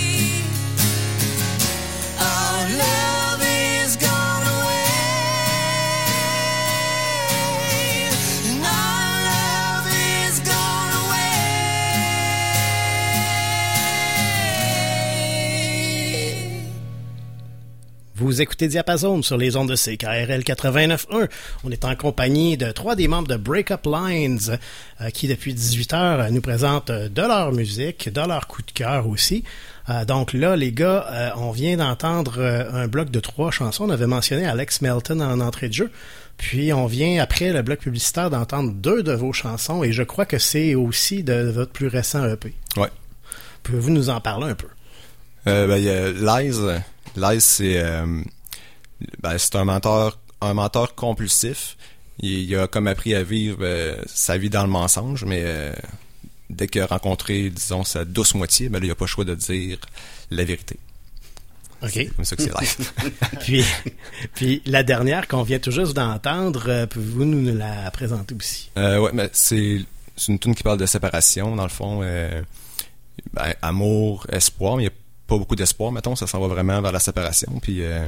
Our love is gone away. Our love is gone away. Vous écoutez Diapason sur les ondes de C K R L quatre-vingt-neuf point un. On est en compagnie de trois des membres de Breakup Lines euh, qui, depuis dix-huit heures, euh, nous présentent euh, de leur musique, de leur coup de cœur aussi. Euh, donc là, les gars, euh, on vient d'entendre euh, un bloc de trois chansons. On avait mentionné Alex Melton en entrée de jeu. Puis on vient, après le bloc publicitaire, d'entendre deux de vos chansons. Et je crois que c'est aussi de votre plus récent E P. Ouais. Pouvez-vous nous en parler un peu? Euh, ben, il y a Lies. Lies, c'est, euh, ben, c'est un menteur, un menteur compulsif. Il, il a comme appris à vivre euh, sa vie dans le mensonge, mais euh, dès qu'il a rencontré, disons, sa douce moitié, ben là, il n'a pas le choix de dire la vérité. OK. C'est comme ça que c'est live. puis, puis la dernière qu'on vient tout juste d'entendre, euh, pouvez-vous nous la présenter aussi? Euh, ouais, mais c'est, c'est une tune qui parle de séparation, dans le fond. Euh, ben, amour, espoir, mais il n'y a pas beaucoup d'espoir, mettons. Ça s'en va vraiment vers la séparation. Puis, euh,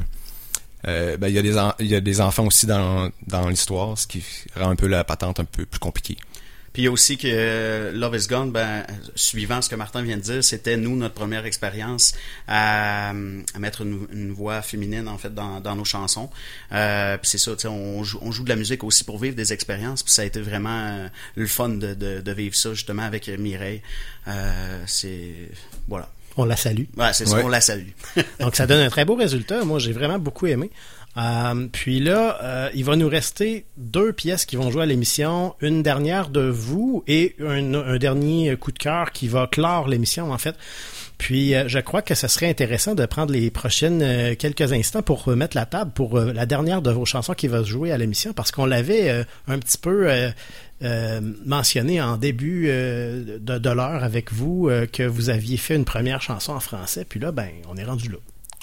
euh, ben, il y a des en- il y a des enfants aussi dans, dans l'histoire, ce qui rend un peu la patente un peu plus compliquée. Puis il y a aussi que euh, Love is Gone, ben, suivant ce que Martin vient de dire, c'était nous, notre première expérience à, à mettre une, une voix féminine, en fait, dans, dans nos chansons. Euh, puis c'est ça, tu sais, on joue, on joue de la musique aussi pour vivre des expériences. Puis ça a été vraiment euh, le fun de, de, de vivre ça, justement, avec Mireille. Euh, c'est... Voilà. On la salue. Ouais, c'est ça, Ouais. on la salue. Donc, ça donne un très beau résultat. Moi, j'ai vraiment beaucoup aimé. Euh, puis là, euh, il va nous rester deux pièces qui vont jouer à l'émission. Une dernière de vous et un, un dernier coup de cœur qui va clore l'émission, en fait. Puis, euh, je crois que ce serait intéressant de prendre les prochaines euh, quelques instants pour remettre la table pour euh, la dernière de vos chansons qui va se jouer à l'émission, parce qu'on l'avait euh, un petit peu euh, euh, mentionné en début euh, de, de l'heure avec vous, euh, que vous aviez fait une première chanson en français. Puis là, ben, on est rendu là.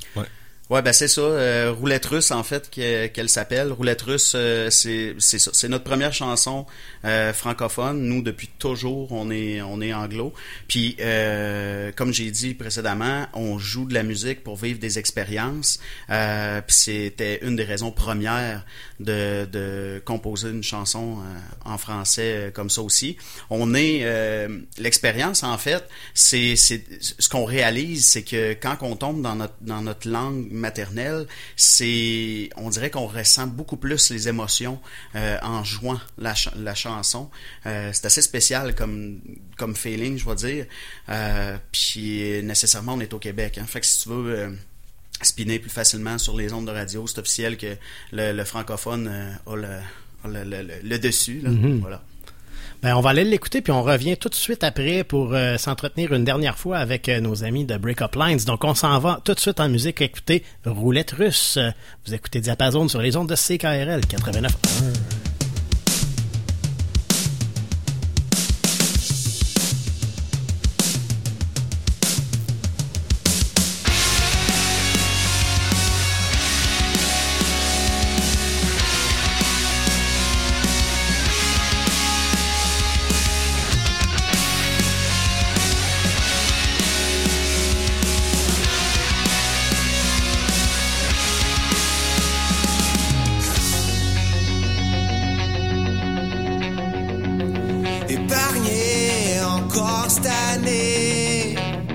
Ouais, ben c'est ça. Euh, Roulette russe, en fait, qu'elle, qu'elle s'appelle. Roulette russe, euh, c'est c'est ça. C'est notre première chanson euh, francophone. Nous, depuis toujours, on est on est anglo. Puis, euh, comme j'ai dit précédemment, on joue de la musique pour vivre des expériences. Euh, puis c'était une des raisons premières de de composer une chanson euh, en français euh, comme ça aussi. On est euh, l'expérience, en fait, c'est c'est ce qu'on réalise, c'est que quand on tombe dans notre dans notre langue maternelle, c'est, on dirait qu'on ressent beaucoup plus les émotions euh, en jouant la, ch- la chanson. Euh, c'est assez spécial comme comme feeling, je vais dire. Euh, puis nécessairement, on est au Québec. Hein. Fait que si tu veux euh, spinner plus facilement sur les ondes de radio, c'est officiel que le, le francophone euh, a, le, a le, le, le, le dessus. Là. Mm-hmm. Voilà. Ben, on va aller l'écouter, puis on revient tout de suite après pour euh, s'entretenir une dernière fois avec euh, nos amis de Breakup Lines. Donc, on s'en va tout de suite en musique écouter Roulette russe. Euh, Vous écoutez Diapason sur les ondes de C K R L quatre-vingt-neuf point un. Épargné encore cette année,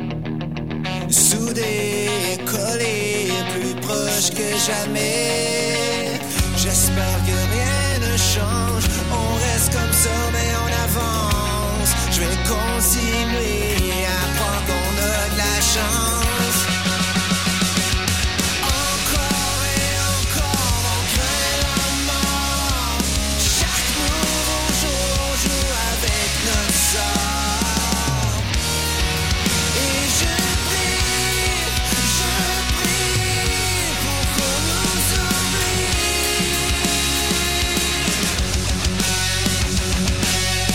soudé, collé, plus proche que jamais. J'espère que rien ne change, on reste comme ça mais on avance. Je vais continuer à croire qu'on a de la chance. Encore et encore, on craint la mort. Chaque nouveau jour, on joue avec notre sort. Et je prie, je prie pour qu'on nous oublie.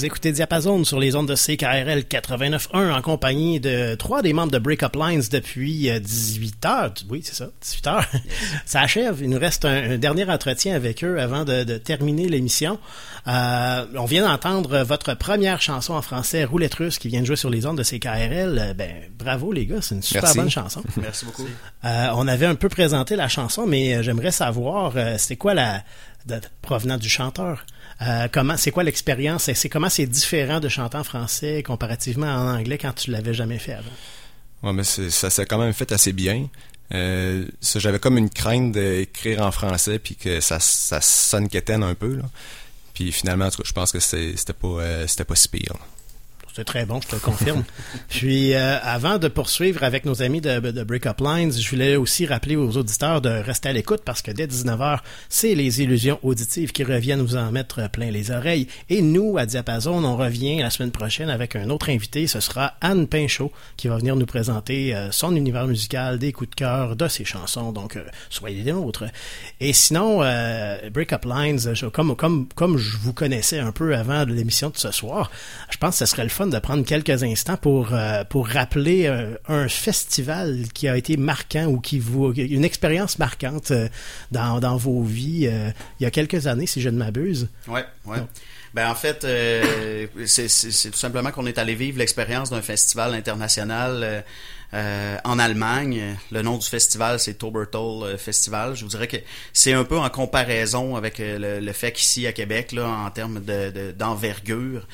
Vous écoutez Diapason sur les ondes de C K R L quatre-vingt-neuf point un en compagnie de trois des membres de Break-Up Lines depuis dix-huit heures. Oui, c'est ça, dix-huit heures. Ça achève. Il nous reste un, un dernier entretien avec eux avant de, de terminer l'émission. Euh, on vient d'entendre votre première chanson en français, Roulette russe, qui vient de jouer sur les ondes de C K R L. Ben, bravo les gars, c'est une super Merci. bonne chanson. Merci beaucoup. Euh, on avait un peu présenté la chanson, mais j'aimerais savoir, euh, c'est quoi la... De, provenant du chanteur. Euh, comment, c'est quoi l'expérience? C'est comment c'est différent de chanter en français comparativement en anglais quand tu l'avais jamais fait avant? Ouais, mais c'est, ça s'est quand même fait assez bien. Euh, ça, j'avais comme une crainte d'écrire en français puis que ça, ça sonne quétaine un peu, là. Puis finalement, en tout cas, je pense que c'est, c'était pas, euh, c'était pas si pire, là. C'est très bon, je te le confirme. Puis, euh, avant de poursuivre avec nos amis de, de Break-Up Lines, je voulais aussi rappeler aux auditeurs de rester à l'écoute parce que dès dix-neuf heures, c'est les illusions auditives qui reviennent vous en mettre plein les oreilles. Et nous, à Diapason, on revient la semaine prochaine avec un autre invité. Ce sera Anne Pinchot qui va venir nous présenter euh, son univers musical, des coups de cœur, de ses chansons. Donc, euh, soyez des nôtres. Et sinon, euh, Break-Up Lines, je, comme, comme, comme je vous connaissais un peu avant l'émission de ce soir, je pense que ce serait le fun de prendre quelques instants pour euh, pour rappeler euh, un festival qui a été marquant ou qui vous une expérience marquante euh, dans dans vos vies euh, il y a quelques années si je ne m'abuse. Ouais, ouais. Donc. Ben en fait, euh, c'est, c'est, c'est tout simplement qu'on est allé vivre l'expérience d'un festival international euh, euh, en Allemagne. Le nom du festival, c'est Tobertal Festival. Je vous dirais que c'est un peu en comparaison avec le, le fait qu'ici à Québec, là, en termes de, de, d'envergure.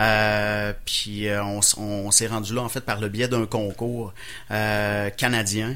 Euh, puis euh, on, on s'est rendu là en fait par le biais d'un concours euh, canadien.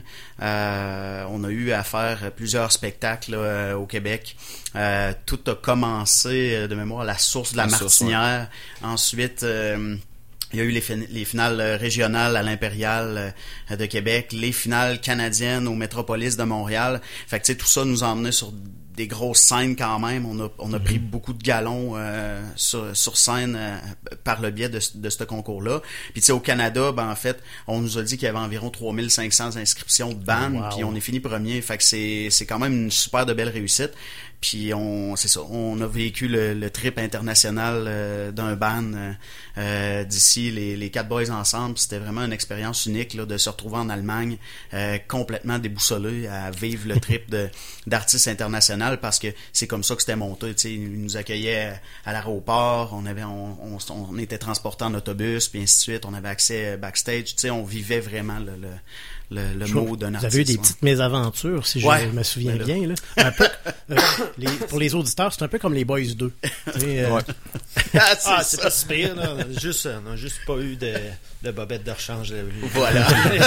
Euh, on a eu à faire plusieurs spectacles là, au Québec. Euh, tout a commencé de mémoire à la source de la, la Martinière. Source, ouais. Ensuite, euh, il y a eu les, fin- les finales régionales à l'Impérial euh, de Québec, les finales canadiennes au Métropolis de Montréal. Fait que tu sais, tout ça nous a emmenés sur des grosses scènes quand même. On a, on a mm-hmm. pris beaucoup de galons euh, sur, sur scène euh, par le biais de, de ce concours-là. Puis tu sais, au Canada, ben en fait, on nous a dit qu'il y avait environ trois mille cinq cents inscriptions de bandes, wow. Puis on est fini premier. Fait que c'est, c'est quand même une super de belle réussite. Puis on, c'est ça, on a vécu le, le trip international euh, d'un band euh, d'ici, les, les quatre boys ensemble. C'était vraiment une expérience unique là, de se retrouver en Allemagne euh, complètement déboussolé à vivre le trip de, d'artistes internationaux parce que c'est comme ça que c'était monté. T'sais, ils nous accueillaient à l'aéroport, on avait, on, on, on était transportés en autobus, puis ainsi de suite. On avait accès backstage. T'sais, on vivait vraiment le, le le, le mot d'un artiste. Vous avez eu des ouais. petites mésaventures, si ouais. je me souviens ben bien. Là. Un peu, euh, les, pour les auditeurs, c'est un peu comme les Boys deux. Euh... Ouais. ah, c'est, ah, c'est pas si pire. Là. On n'a juste, juste pas eu de, de bobette de rechange. Voilà.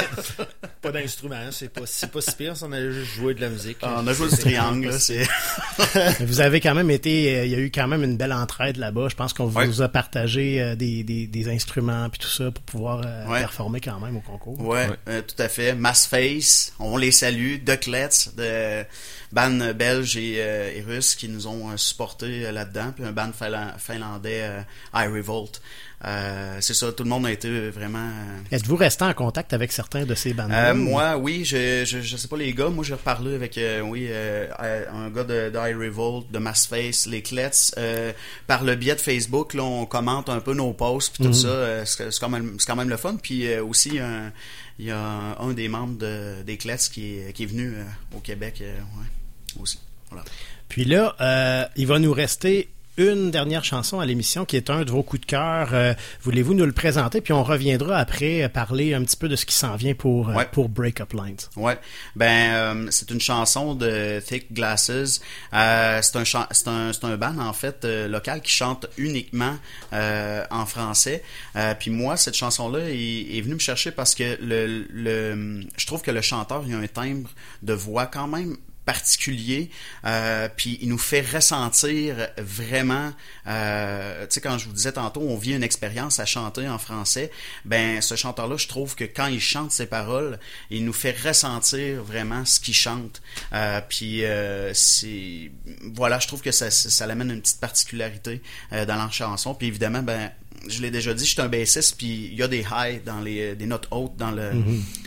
Pas d'instrument. C'est pas, c'est pas si pire. On a juste joué de la musique. Ah, on a joué du triangle. Là, c'est... Vous avez quand même été... Il y a eu quand même une belle entraide là-bas. Je pense qu'on ouais. vous a partagé euh, des, des, des instruments puis tout ça pour pouvoir euh, ouais. performer quand même au concours. Ouais, ouais. Euh, tout à fait. Massface, on les salue. Ducklets, de band belge et, euh, et russe qui nous ont euh, supporté euh, là-dedans. Puis un band finlandais, euh, I Revolt. Euh, c'est ça, tout le monde a été vraiment... Euh... Êtes-vous resté en contact avec certains de ces bandes-là? Euh, moi, oui, je, je je sais pas les gars, moi j'ai reparlé avec euh, oui euh, un gars de, de I Revolt, de Massface, les Clets. Euh, par le biais de Facebook, là, on commente un peu nos posts puis tout mm-hmm. ça. Euh, c'est, c'est, quand même, c'est quand même le fun. Puis euh, aussi, un, il y a un, un des membres de, des Clets qui est, qui est venu euh, au Québec euh, ouais, aussi. Voilà. Puis là, euh, il va nous rester une dernière chanson à l'émission qui est un de vos coups de cœur. Euh, voulez-vous nous le présenter? Puis on reviendra après parler un petit peu de ce qui s'en vient pour, ouais. euh, pour Break-Up Lines. Ouais. Ben, euh, c'est une chanson de Thick Glasses. Euh, c'est, un cha- c'est, un, c'est un band, en fait, euh, local qui chante uniquement euh, en français. Euh, puis moi, cette chanson-là est, est venue me chercher parce que le, le, je trouve que le chanteur, il a un timbre de voix quand même particulier, euh, puis il nous fait ressentir vraiment, euh, tu sais, quand je vous disais tantôt, on vit une expérience à chanter en français, ben ce chanteur-là, je trouve que quand il chante ses paroles, il nous fait ressentir vraiment ce qu'il chante, euh, puis euh, c'est, voilà, je trouve que ça, ça, ça l'amène une petite particularité euh, dans la chanson, puis évidemment, ben je l'ai déjà dit, je suis un bassiste, puis il y a des highs dans les des notes hautes dans le mm-hmm.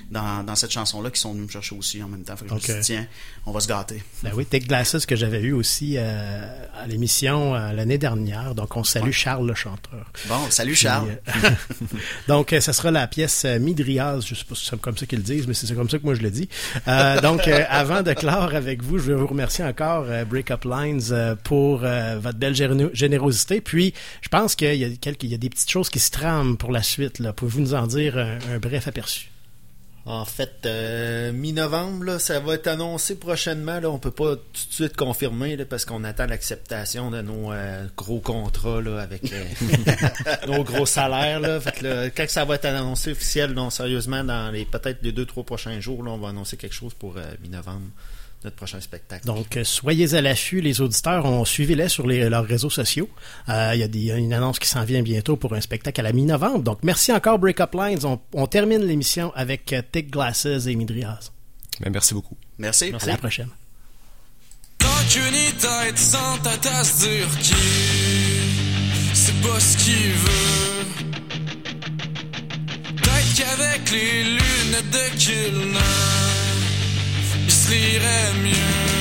dans, dans cette chanson-là qui sont venus me chercher aussi en même temps. Fait que Donc, je me suis dit, tiens, on va se gâter. Ben oui, Take Glasses que j'avais eu aussi euh, à l'émission euh, l'année dernière. Donc, on salue ouais. Charles le chanteur. Bon, salut Charles. Puis, euh, donc, euh, ça sera la pièce euh, Midriaz. Je sais pas si c'est comme ça qu'ils le disent, mais c'est comme ça que moi je le dis. Euh, donc, euh, avant de clore avec vous, je vais vous remercier encore, euh, Break Up Lines, euh, pour euh, votre belle géné- générosité. Puis, je pense qu'il y a quelques, il y a des petites choses qui se trament pour la suite. Là. Pouvez-vous nous en dire un, un bref aperçu? En fait, euh, mi-novembre, là, ça va être annoncé prochainement. Là. On peut pas tout de suite confirmer là, parce qu'on attend l'acceptation de nos euh, gros contrats là, avec euh, nos gros salaires. Là. Fait que, là, quand ça va être annoncé officiel, non, sérieusement, dans les peut-être les deux, trois prochains jours, là, on va annoncer quelque chose pour euh, mi-novembre. Notre prochain spectacle. Donc, euh, soyez à l'affût, les auditeurs. On suivez-les sur les, leurs réseaux sociaux. Euh, il y a des, une annonce qui s'en vient bientôt pour un spectacle à la mi-novembre. Donc, merci encore, Break Up Lines. On, on termine l'émission avec euh, Take Glasses et Midriaz. Ben, merci beaucoup. Merci. merci. À la prochaine. Tant qu'une tête sans tête à se dire qui c'est pas ce qu'il veut. Peut-être qu'avec les lunettes de Kilner il se lirait mieux.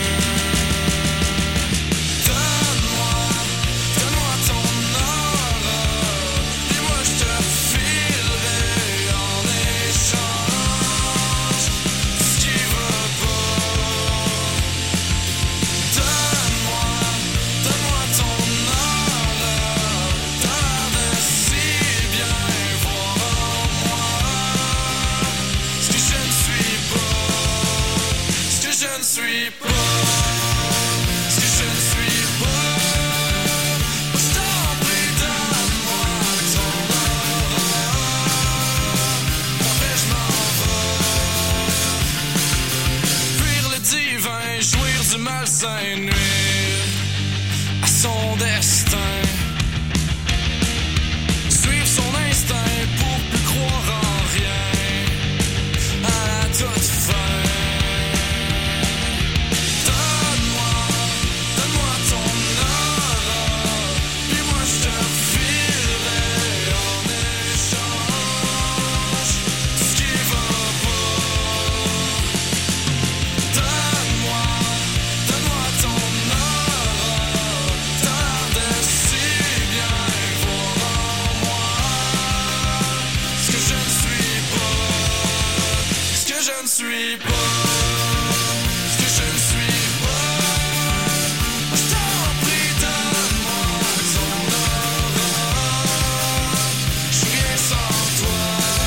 Donne-moi, donne-moi ton aura, et moi je te filerai en échange ce qui va pas. Donne-moi, donne-moi ton aura, t'as l'air de si bien voir en moi ce que je ne suis pas. Je ne suis pas ce que je ne suis pas. Je t'en prie, donne-moi ton aura. Après je m'en vais. Fuir le divin, jouir du malsain, nuire à son destin. Suivre son instinct pour plus croire en rien à la toute fin. Je ne suis pas ce que je ne suis pas. Je t'en prie, donne-moi ton aura. Je suis rien sans toi.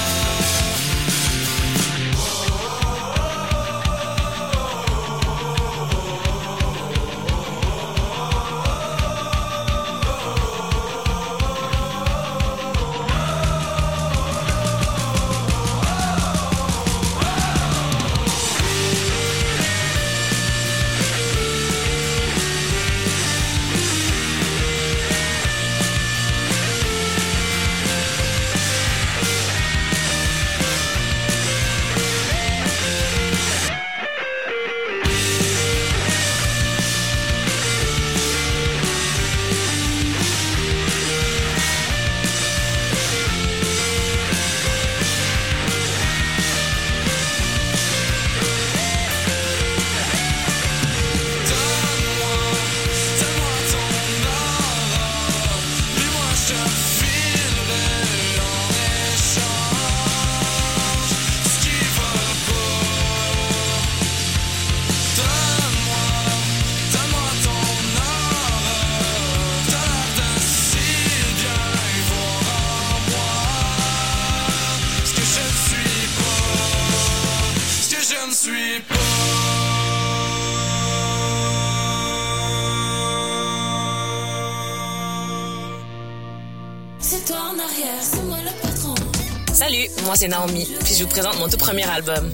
C'est toi en arrière, c'est moi le patron. Salut, moi c'est Naomi, puis je vous présente mon tout premier album.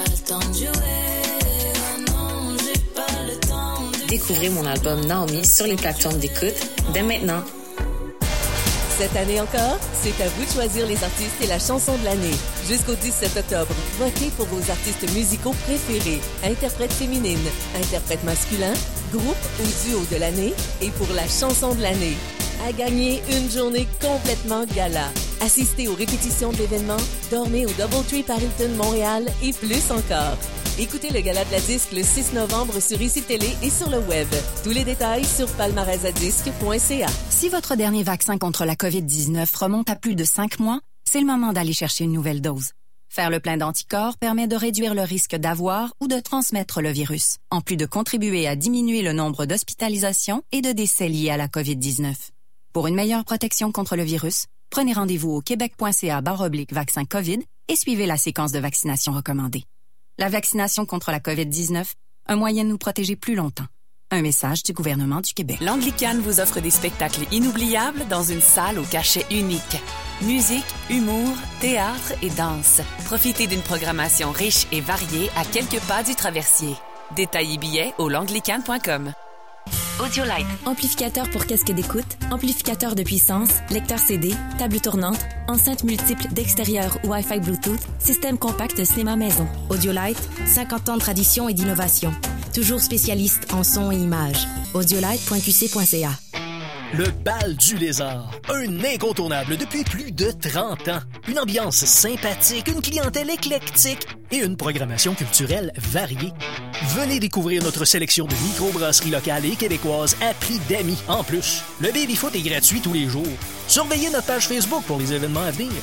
Découvrez mon album Naomi sur les plateformes d'écoute dès maintenant. Cette année encore, c'est à vous de choisir les artistes et la chanson de l'année. Jusqu'au dix-sept octobre, votez pour vos artistes musicaux préférés. Interprète féminine, interprète masculin, groupe ou duo de l'année et pour la chanson de l'année. À gagner une journée complètement gala. Assistez aux répétitions de l'événement, dormez au Doubletree par Hilton Montréal et plus encore. Écoutez le Gala de la Disque le six novembre sur I C Télé et sur le web. Tous les détails sur palmarèsadisque point c a. Si votre dernier vaccin contre la covid dix-neuf remonte à plus de cinq mois, c'est le moment d'aller chercher une nouvelle dose. Faire le plein d'anticorps permet de réduire le risque d'avoir ou de transmettre le virus, en plus de contribuer à diminuer le nombre d'hospitalisations et de décès liés à la covid dix-neuf. Pour une meilleure protection contre le virus, prenez rendez-vous au québec.ca barre oblique vaccin COVID et suivez la séquence de vaccination recommandée. La vaccination contre la covid dix-neuf, un moyen de nous protéger plus longtemps. Un message du gouvernement du Québec. L'Anglicane vous offre des spectacles inoubliables dans une salle au cachet unique. Musique, humour, théâtre et danse. Profitez d'une programmation riche et variée à quelques pas du traversier. Détails et billets au langlicane point com. Audiolite. Amplificateur pour casque d'écoute, amplificateur de puissance, lecteur C D, table tournante, enceinte multiple d'extérieur ou Wi-Fi Bluetooth, système compact de cinéma maison. Audiolite, cinquante ans de tradition et d'innovation. Toujours spécialiste en son et images. audiolite point q c point c a. Le Bal du Lézard, un incontournable depuis plus de trente ans. Une ambiance sympathique, une clientèle éclectique et une programmation culturelle variée. Venez découvrir notre sélection de microbrasseries locales et québécoises à prix d'amis. En plus, le baby-foot est gratuit tous les jours. Surveillez notre page Facebook pour les événements à venir.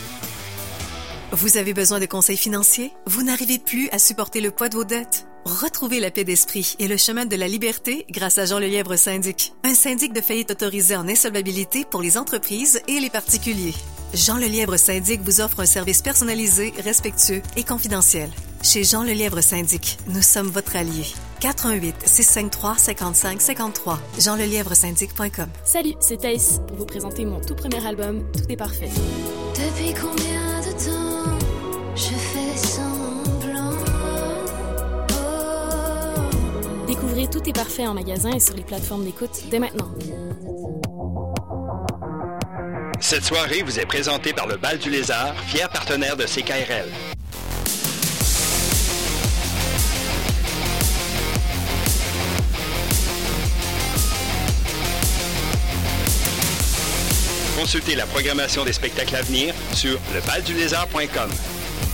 Vous avez besoin de conseils financiers? Vous n'arrivez plus à supporter le poids de vos dettes? Retrouvez la paix d'esprit et le chemin de la liberté grâce à Jean Lelièvre Syndic, un syndic de faillite autorisé en insolvabilité pour les entreprises et les particuliers. Jean Lelièvre Syndic vous offre un service personnalisé, respectueux et confidentiel. Chez Jean Lelièvre Syndic, nous sommes votre allié. quatre un huit, six cinq trois, cinq cinq cinq trois. jean lelièvre syndic point com. Salut, c'est Thaïs pour vous présenter mon tout premier album, Tout est parfait. Depuis combien de temps je fais semblant? Découvrez Tout est parfait en magasin et sur les plateformes d'écoute dès maintenant. Cette soirée vous est présentée par le Bal du Lézard, fier partenaire de C K R L. Consultez la programmation des spectacles à venir sur le bal du lézard point com.